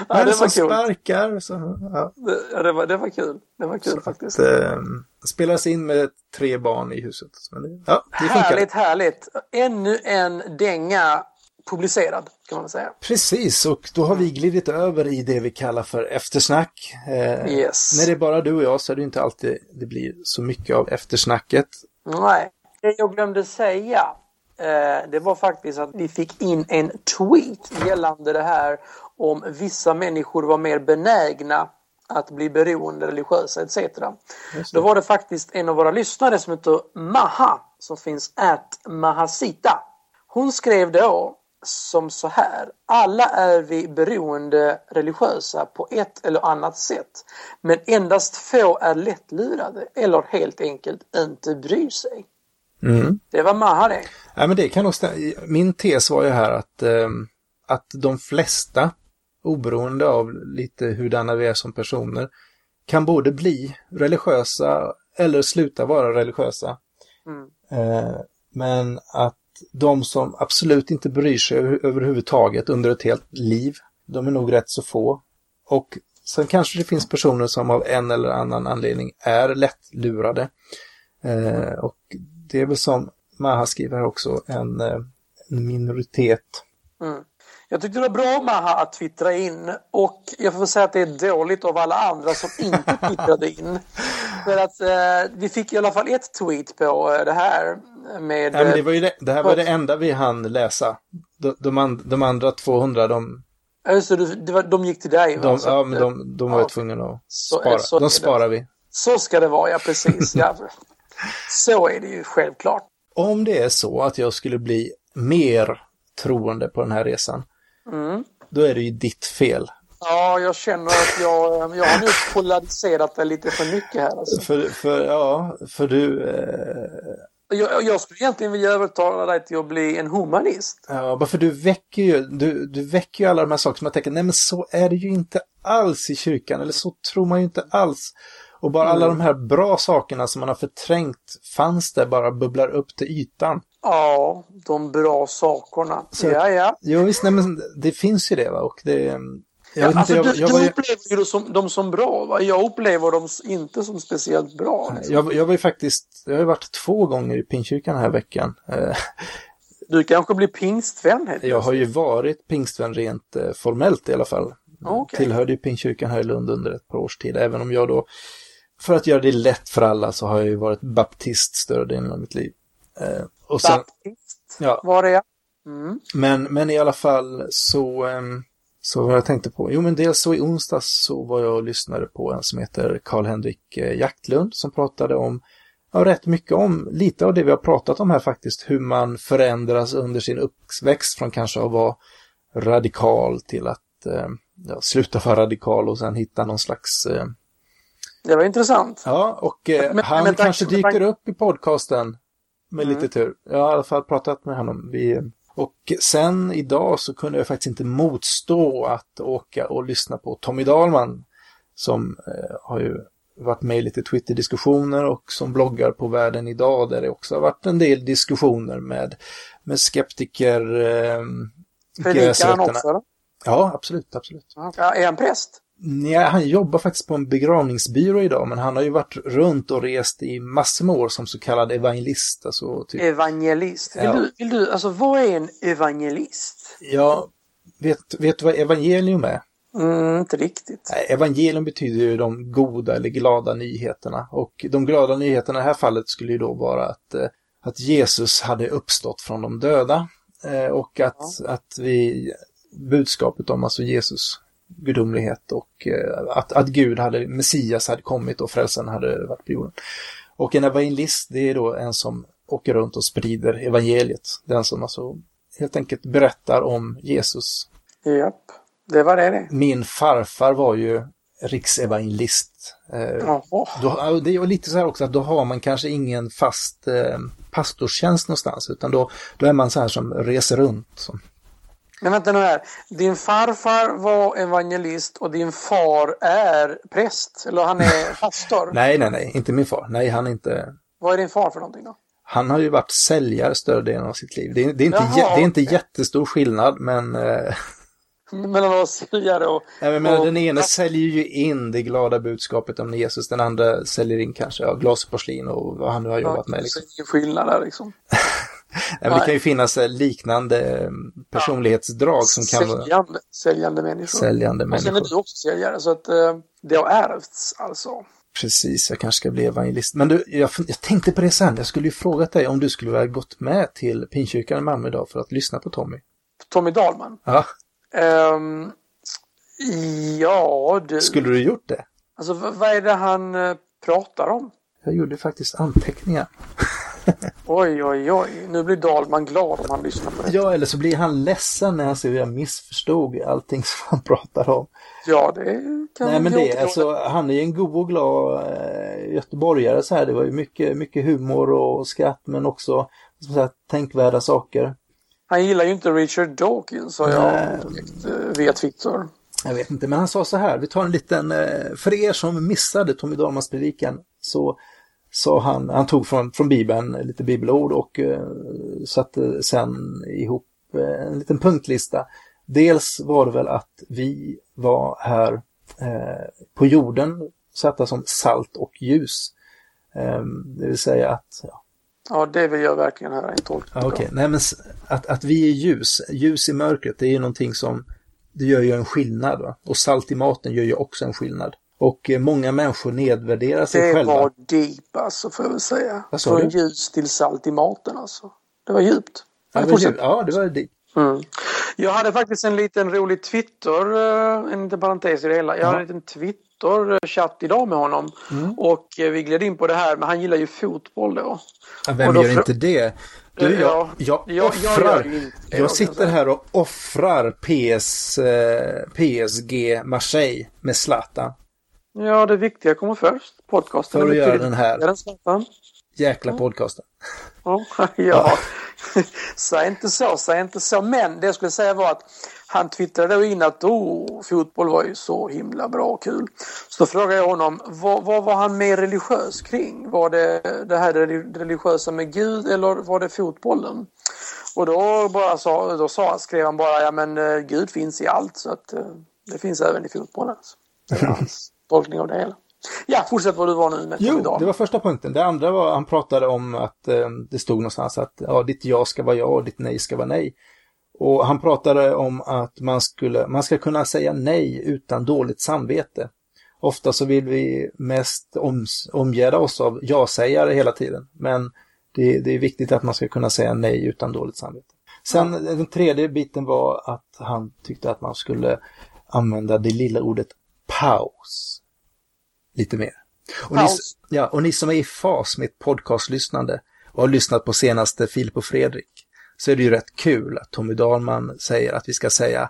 Ja, men det som var kul. sparkar. Så, ja. Ja, det var, det var kul. Det var kul så faktiskt. Att, eh, spelas in med tre barn i huset. Men det, ja, det funkar. Härligt, härligt. Ännu en dänga publicerad, kan man säga. Precis, och då har vi glidit över i det vi kallar för eftersnack. Eh, Yes. När det är bara du och jag så är det inte alltid det blir så mycket av eftersnacket. Nej, det jag glömde säga, eh, det var faktiskt att vi fick in en tweet gällande det här om vissa människor var mer benägna att bli beroende, religiösa et cetera. Då var det faktiskt en av våra lyssnare som heter Maha, som finns at Mahasita. Hon skrev då som så här: alla är vi beroende religiösa på ett eller annat sätt, men endast få är lättlurade eller helt enkelt inte bryr sig. Mm. Det var Maha det. Ja, men det kan nog stämma. Min tes var ju här att, eh, att de flesta, oberoende av lite hurdana vi är som personer, kan både bli religiösa eller sluta vara religiösa. Mm. Eh, men att de som absolut inte bryr sig överhuvudtaget under ett helt liv, de är nog rätt så få. Och sen kanske det finns personer som av en eller annan anledning är lättlurade. Eh, och det är väl som Maha skriver här också, en, en minoritet. Mm. Jag tyckte det var bra Maha att twittra in, och jag får säga att det är dåligt av alla andra som inte twittrade in. För att eh, vi fick i alla fall ett tweet på eh, det här med... Ja, men det, var ju det, det här var det enda vi hann läsa. De, de, and, de andra tvåhundra, de... Alltså, det var, de gick till dig. De, så ja, att, men de, de var ja, ju tvungna att så, spara. så de sparar vi. Så ska det vara, ja precis. Ja. Så är det ju självklart. Om det är så att jag skulle bli mer troende på den här resan, Mm. då är det ju ditt fel. Ja, jag känner att jag, jag har nu polariserat det lite för mycket här. Alltså. För, för, ja, för du... Eh... Jag, jag skulle egentligen vilja övertala dig till att bli en humanist. Ja, bara för du väcker ju, du, du väcker ju alla de här sakerna som jag tänker, nej men så är det ju inte alls i kyrkan, eller så tror man ju inte alls. Och bara mm. alla de här bra sakerna som man har förträngt fanns det, bara bubblar upp till ytan. Ja, de bra sakerna. Så, ja, ja. Jo, visst, nej, men det finns ju det, va? Och det... Jag ja, vet alltså, inte, jag, du jag du var ju... upplever ju som, dem som bra, va? Jag upplever dem inte som speciellt bra. Liksom. Jag, jag var ju faktiskt, jag har ju varit två gånger i Pingstkyrkan den här veckan. Du kanske blir pingstvän? Helt jag har ju varit pingstvän rent eh, formellt i alla fall. Okay. Tillhörde ju Pingstkyrkan här i Lund under ett par års tid, även om jag då, för att göra det lätt för alla, så har jag ju varit baptist större delen av mitt liv. Eh, och sen, baptist? Ja. Var det? Mm. Men, men i alla fall så, um, så vad jag tänkte på. Jo, men dels så i onsdags så var jag och lyssnade på en som heter Karl-Henrik Jaktlund, som pratade om, ja, rätt mycket om lite av det vi har pratat om här faktiskt. Hur man förändras under sin uppväxt från kanske att vara radikal till att um, ja, sluta vara radikal och sen hitta någon slags... Um... Det var intressant. Ja, och uh, men, han men, kanske tack, dyker tack. upp i podcasten med Mm. lite tur. Jag har i alla fall pratat med honom. Vi... Och sen idag så kunde jag faktiskt inte motstå att åka och lyssna på Tommy Dahlman, som eh, har ju varit med i lite Twitter-diskussioner och som bloggar på Världen idag, där det också har varit en del diskussioner med, med skeptiker. Eh, Predikar han också, eller? Ja, absolut, absolut. Ja, är han präst? Nej, han jobbar faktiskt på en begravningsbyrå idag, men han har ju varit runt och rest i massor med år som så kallad evangelist. Alltså typ. Evangelist. Vill, Ja. du, vill du, alltså vad är en evangelist? Ja, vet, vet du vad evangelium är? Mm, inte riktigt. Nej, evangelium betyder ju de goda eller glada nyheterna. Och de glada nyheterna i det här fallet skulle ju då vara att, eh, att Jesus hade uppstått från de döda. Eh, och att, Ja. att vi, budskapet om alltså Jesus gudomlighet och eh, att, att Gud hade, Messias hade kommit och frälsaren hade varit på jorden. Och en evangelist, det är då en som åker runt och sprider evangeliet. Den som alltså helt enkelt berättar om Jesus. Japp, det var det det. Min farfar var ju riksevangelist. Eh, Jaha. då, det är lite så här också att då har man kanske ingen fast eh, pastorstjänst någonstans, utan då, då är man så här som reser runt. Som. Men vänta nu här. Din farfar var evangelist och din far är präst. Eller han är pastor. Nej, nej, nej. Inte min far. Nej, han är inte... Vad är din far för någonting då? Han har ju varit säljare större delen av sitt liv. Det är, det är, inte, Jaha, jä, det är inte okej. jättestor skillnad, men... Eh, mellan oss säljare och... Jag menar, och, den ena säljer ju in det glada budskapet om Jesus, den andra säljer in kanske ja, glasporslin och vad han nu har jobbat ja, med. Liksom. Det är ingen skillnad där liksom. Nej, men det kan ju finnas liknande personlighetsdrag ja. som kan vara... Säljande, säljande människor. Säljande människor. Och sen är du också säljare, så att uh, det har ärvts alltså. Precis, jag kanske ska bli evangelist. Men du, jag, jag tänkte på det sen. Jag skulle ju frågat dig om du skulle ha gått med till Pingstkyrkan i Malmö idag för att lyssna på Tommy. Tommy Dahlman? Ja. Um, ja, du... Skulle du gjort det? Alltså, v- vad är det han uh, pratar om? Jag gjorde faktiskt anteckningar. Oj, oj, oj. Nu blir Dahlman glad om han lyssnar på det. Ja, eller så blir han ledsen när han ser hur jag missförstod allting som han pratar om. Ja, det kan Nej, men det, inte alltså, han är en god och glad äh, göteborgare så här. Det var ju mycket, mycket humor och skratt, men också så här, tänkvärda saker. Han gillar ju inte Richard Dawkins, har jag upptäckt via Twitter. Jag vet inte, men han sa så här. Vi tar en liten, äh, för er som missade Tommy Dahlmans predikan, så sa han, han tog från, från Bibeln lite bibelord och äh, satte sen ihop äh, en liten punktlista. Dels var det väl att vi var här eh, på jorden satta som salt och ljus. Eh, det vill säga att... Ja, ja det vill jag verkligen höra en tolkning. Okej, nej men att, att vi är ljus, ljus i mörkret, det är ju någonting som, det gör ju en skillnad va? Och salt i maten gör ju också en skillnad. Och eh, många människor nedvärderar sig det själva. Det var deep alltså, får jag väl säga. Från ljus till salt i maten alltså. Det var djupt. Ja, det var, djupt. Ja, det var deep. Mm. Jag hade faktiskt en liten rolig Twitter, en liten parentes i det hela. Jag ja. hade en liten Twitter-chatt idag med honom. Mm. Och vi gled in på det här, men han gillar ju fotboll då. Ja, vem och då gör inte det? Du, jag, jag, jag offrar. Jag, jag, jag sitter här och offrar P S, eh, P S G Marseille med Zlatan. Ja, det viktiga kommer först. Podcasten. För att göra den här den jäkla ja. podcasten. Ja, ja. Säg inte så, säg inte så. Men det jag skulle säga var att han twittrade då in att oh, fotboll var ju så himla bra och kul. Så då frågade jag honom, vad, vad var han mer religiös kring? Var det det här religiösa med Gud eller var det fotbollen? Och då bara sa, då sa, skrev han bara, ja men uh, Gud finns i allt så att uh, det finns även i fotbollen. Alltså. Det är hans tolkning av det hela. Ja, fortsätt vad du var nu med. Jo, idag. Det var första punkten. Det andra var, han pratade om att eh, det stod någonstans att ja, ditt ja ska vara ja och ditt nej ska vara nej. Och han pratade om att man, skulle, man ska kunna säga nej utan dåligt samvete. Ofta så vill vi mest om, omgärda oss av ja-sägare hela tiden. Men det, det är viktigt att man ska kunna säga nej utan dåligt samvete. Sen ja. Den tredje biten var att han tyckte att man skulle använda det lilla ordet paus. Lite mer. Och ni, ja, och ni som är i fas med ett podcastlyssnande och har lyssnat på senaste Filip och Fredrik, så är det ju rätt kul att Tommy Dahlman säger att vi ska säga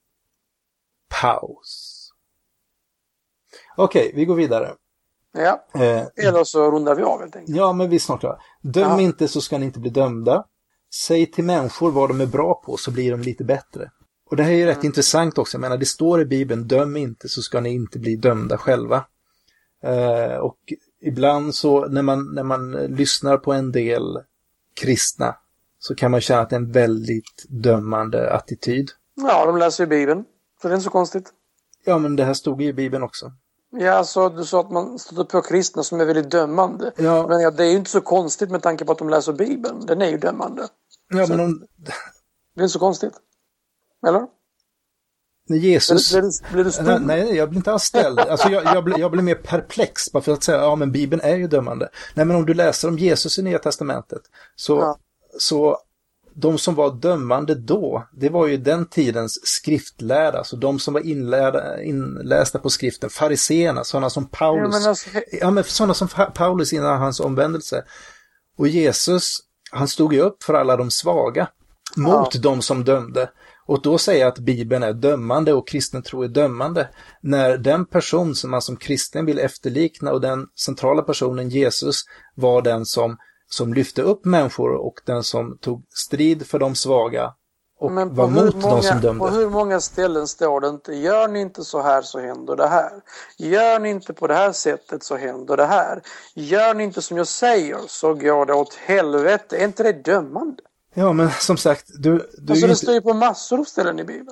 paus. Okej, vi går vidare. Ja, eh, eller så rundar vi av helt enkelt. Ja, men vi är snart klara. Döm ja. inte så ska ni inte bli dömda. Säg till människor vad de är bra på så blir de lite bättre. Och det här är ju mm. rätt intressant också. Jag menar, det står i Bibeln, döm inte så ska ni inte bli dömda själva. Uh, och ibland så när man, när man lyssnar på en del kristna så kan man känna att det är en väldigt dömande attityd. Ja, de läser ju Bibeln. Så det är inte så konstigt. Ja, men det här stod ju i Bibeln också. Ja, så du sa att man stöter på kristna som är väldigt dömande. Ja. Men ja, det är ju inte så konstigt med tanke på att de läser Bibeln. Den är ju dömande. Ja, så men om... det är inte så konstigt. Eller? När Jesus... Blir, blir, blir du nej, nej, jag blir inte alls ställd. Alltså, jag, jag, blir, jag blir mer perplex bara för att säga, ja men Bibeln är ju dömande. Nej, men om du läser om Jesus i Nya Testamentet så, ja. så de som var dömande då, det var ju den tidens skriftlärda. Så de som var inlärda, inlästa på skriften, fariséerna, sådana som Paulus. Ja, men alltså... ja, men sådana som Paulus innan hans omvändelse. Och Jesus, han stod ju upp för alla de svaga mot ja. de som dömde. Och då säger jag att Bibeln är dömande och kristen tro är dömande. När den person som man som kristen vill efterlikna och den centrala personen Jesus var den som, som lyfte upp människor och den som tog strid för de svaga och var mot många, de som dömde. På hur många ställen står det inte, gör ni inte så här så händer det här. Gör ni inte på det här sättet så händer det här. Gör ni inte som jag säger så går det åt helvete. Är inte det dömande? Ja, men som sagt, du... du alltså det inte... står ju på massor av ställen i Bibeln.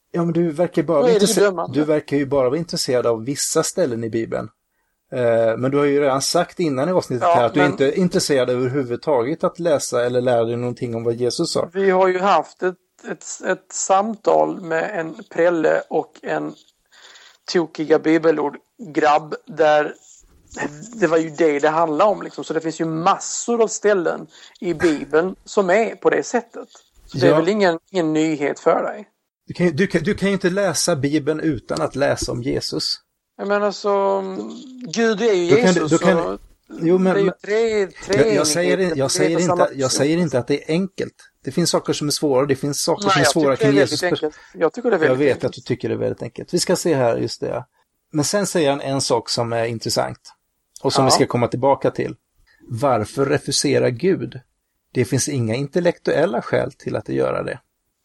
Ja, men du verkar, bara vara intresse- du verkar ju bara vara intresserad av vissa ställen i Bibeln. Eh, men du har ju redan sagt innan i avsnittet ja, här att men... du inte är intresserad överhuvudtaget att läsa eller lära dig någonting om vad Jesus sa. Vi har ju haft ett, ett, ett samtal med en Prelle och en tokiga bibelord-grabb där det var ju det det handlade om. Liksom. Så det finns ju massor av ställen i Bibeln som är på det sättet. Så det ja. är väl ingen, ingen nyhet för dig. Du kan, du, kan, du kan ju inte läsa Bibeln utan att läsa om Jesus. Jag menar så, Gud är ju Jesus. Du, du kan, jo, men, det är ju tre, tre jag, jag, säger, jag, säger inte, jag säger inte att det är enkelt. Det finns saker som är svåra, det finns saker Nej, som är svåra kring Jesus. Enkelt. Jag tycker det är väldigt Jag vet enkelt. att du tycker det är väldigt enkelt. Vi ska se här, just det. Men sen säger han en sak som är intressant. Och som ja. vi ska komma tillbaka till. Varför refusera Gud? Det finns inga intellektuella skäl till att göra det.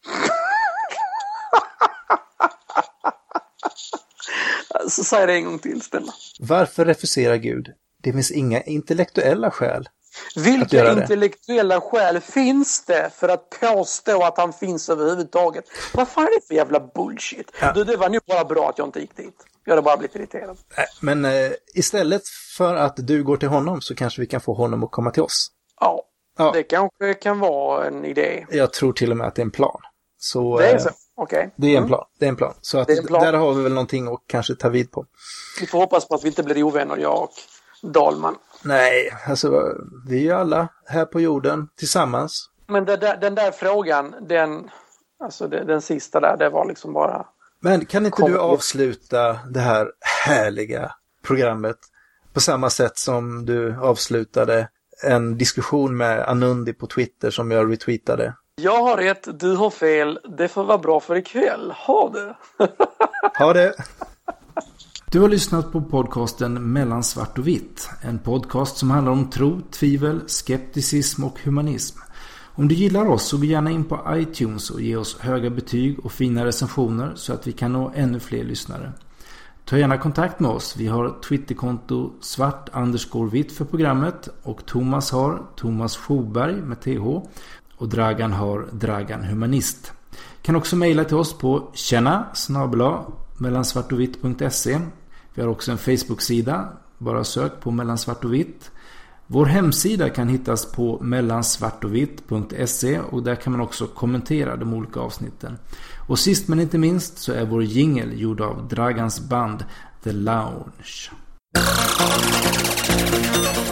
Så säger det en gång till, Stellan. Varför refusera Gud? Det finns inga intellektuella skäl. Vilka intellektuella skäl finns det för att påstå att han finns överhuvudtaget? Vad fan är det för jävla bullshit? Ja. Du, det var nu bara bra att jag inte gick dit. Jag hade bara blivit irriterad. Men eh, istället för att du går till honom så kanske vi kan få honom att komma till oss. Ja, ja. Det kanske kan vara en idé. Jag tror till och med att det är en plan. Så, det är så? Okej. Okay. Det är en plan. Det är en plan. Så att plan. Där har vi väl någonting att kanske ta vid på. Vi får hoppas på att vi inte blir ovänner, jag och Dahlman. Nej, alltså vi är ju alla här på jorden tillsammans. Men det där, den där frågan, den, alltså det, den sista där, det var liksom bara... Men kan inte Kom. du avsluta det här härliga programmet på samma sätt som du avslutade en diskussion med Anundi på Twitter som jag retweetade? Jag har rätt, du har fel. Det får vara bra för ikväll. Ha det! Ha det! Du har lyssnat på podcasten Mellan svart och vitt. En podcast som handlar om tro, tvivel, skepticism och humanism. Om du gillar oss så gå gärna in på iTunes och ge oss höga betyg och fina recensioner så att vi kan nå ännu fler lyssnare. Ta gärna kontakt med oss. Vi har Twitterkonto svart underscore vitt för programmet och Thomas har Thomas Sjoberg med T H och Dragan har Dragan Humanist. Kan också mejla till oss på tjena snabel-a mellansvartovitt punkt se. Vi har också en Facebook-sida. Bara sök på Mellansvart och vitt. Vår hemsida kan hittas på mellansvartovitt punkt se och där kan man också kommentera de olika avsnitten. Och sist men inte minst så är vår jingle gjord av Dragans band The Lounge.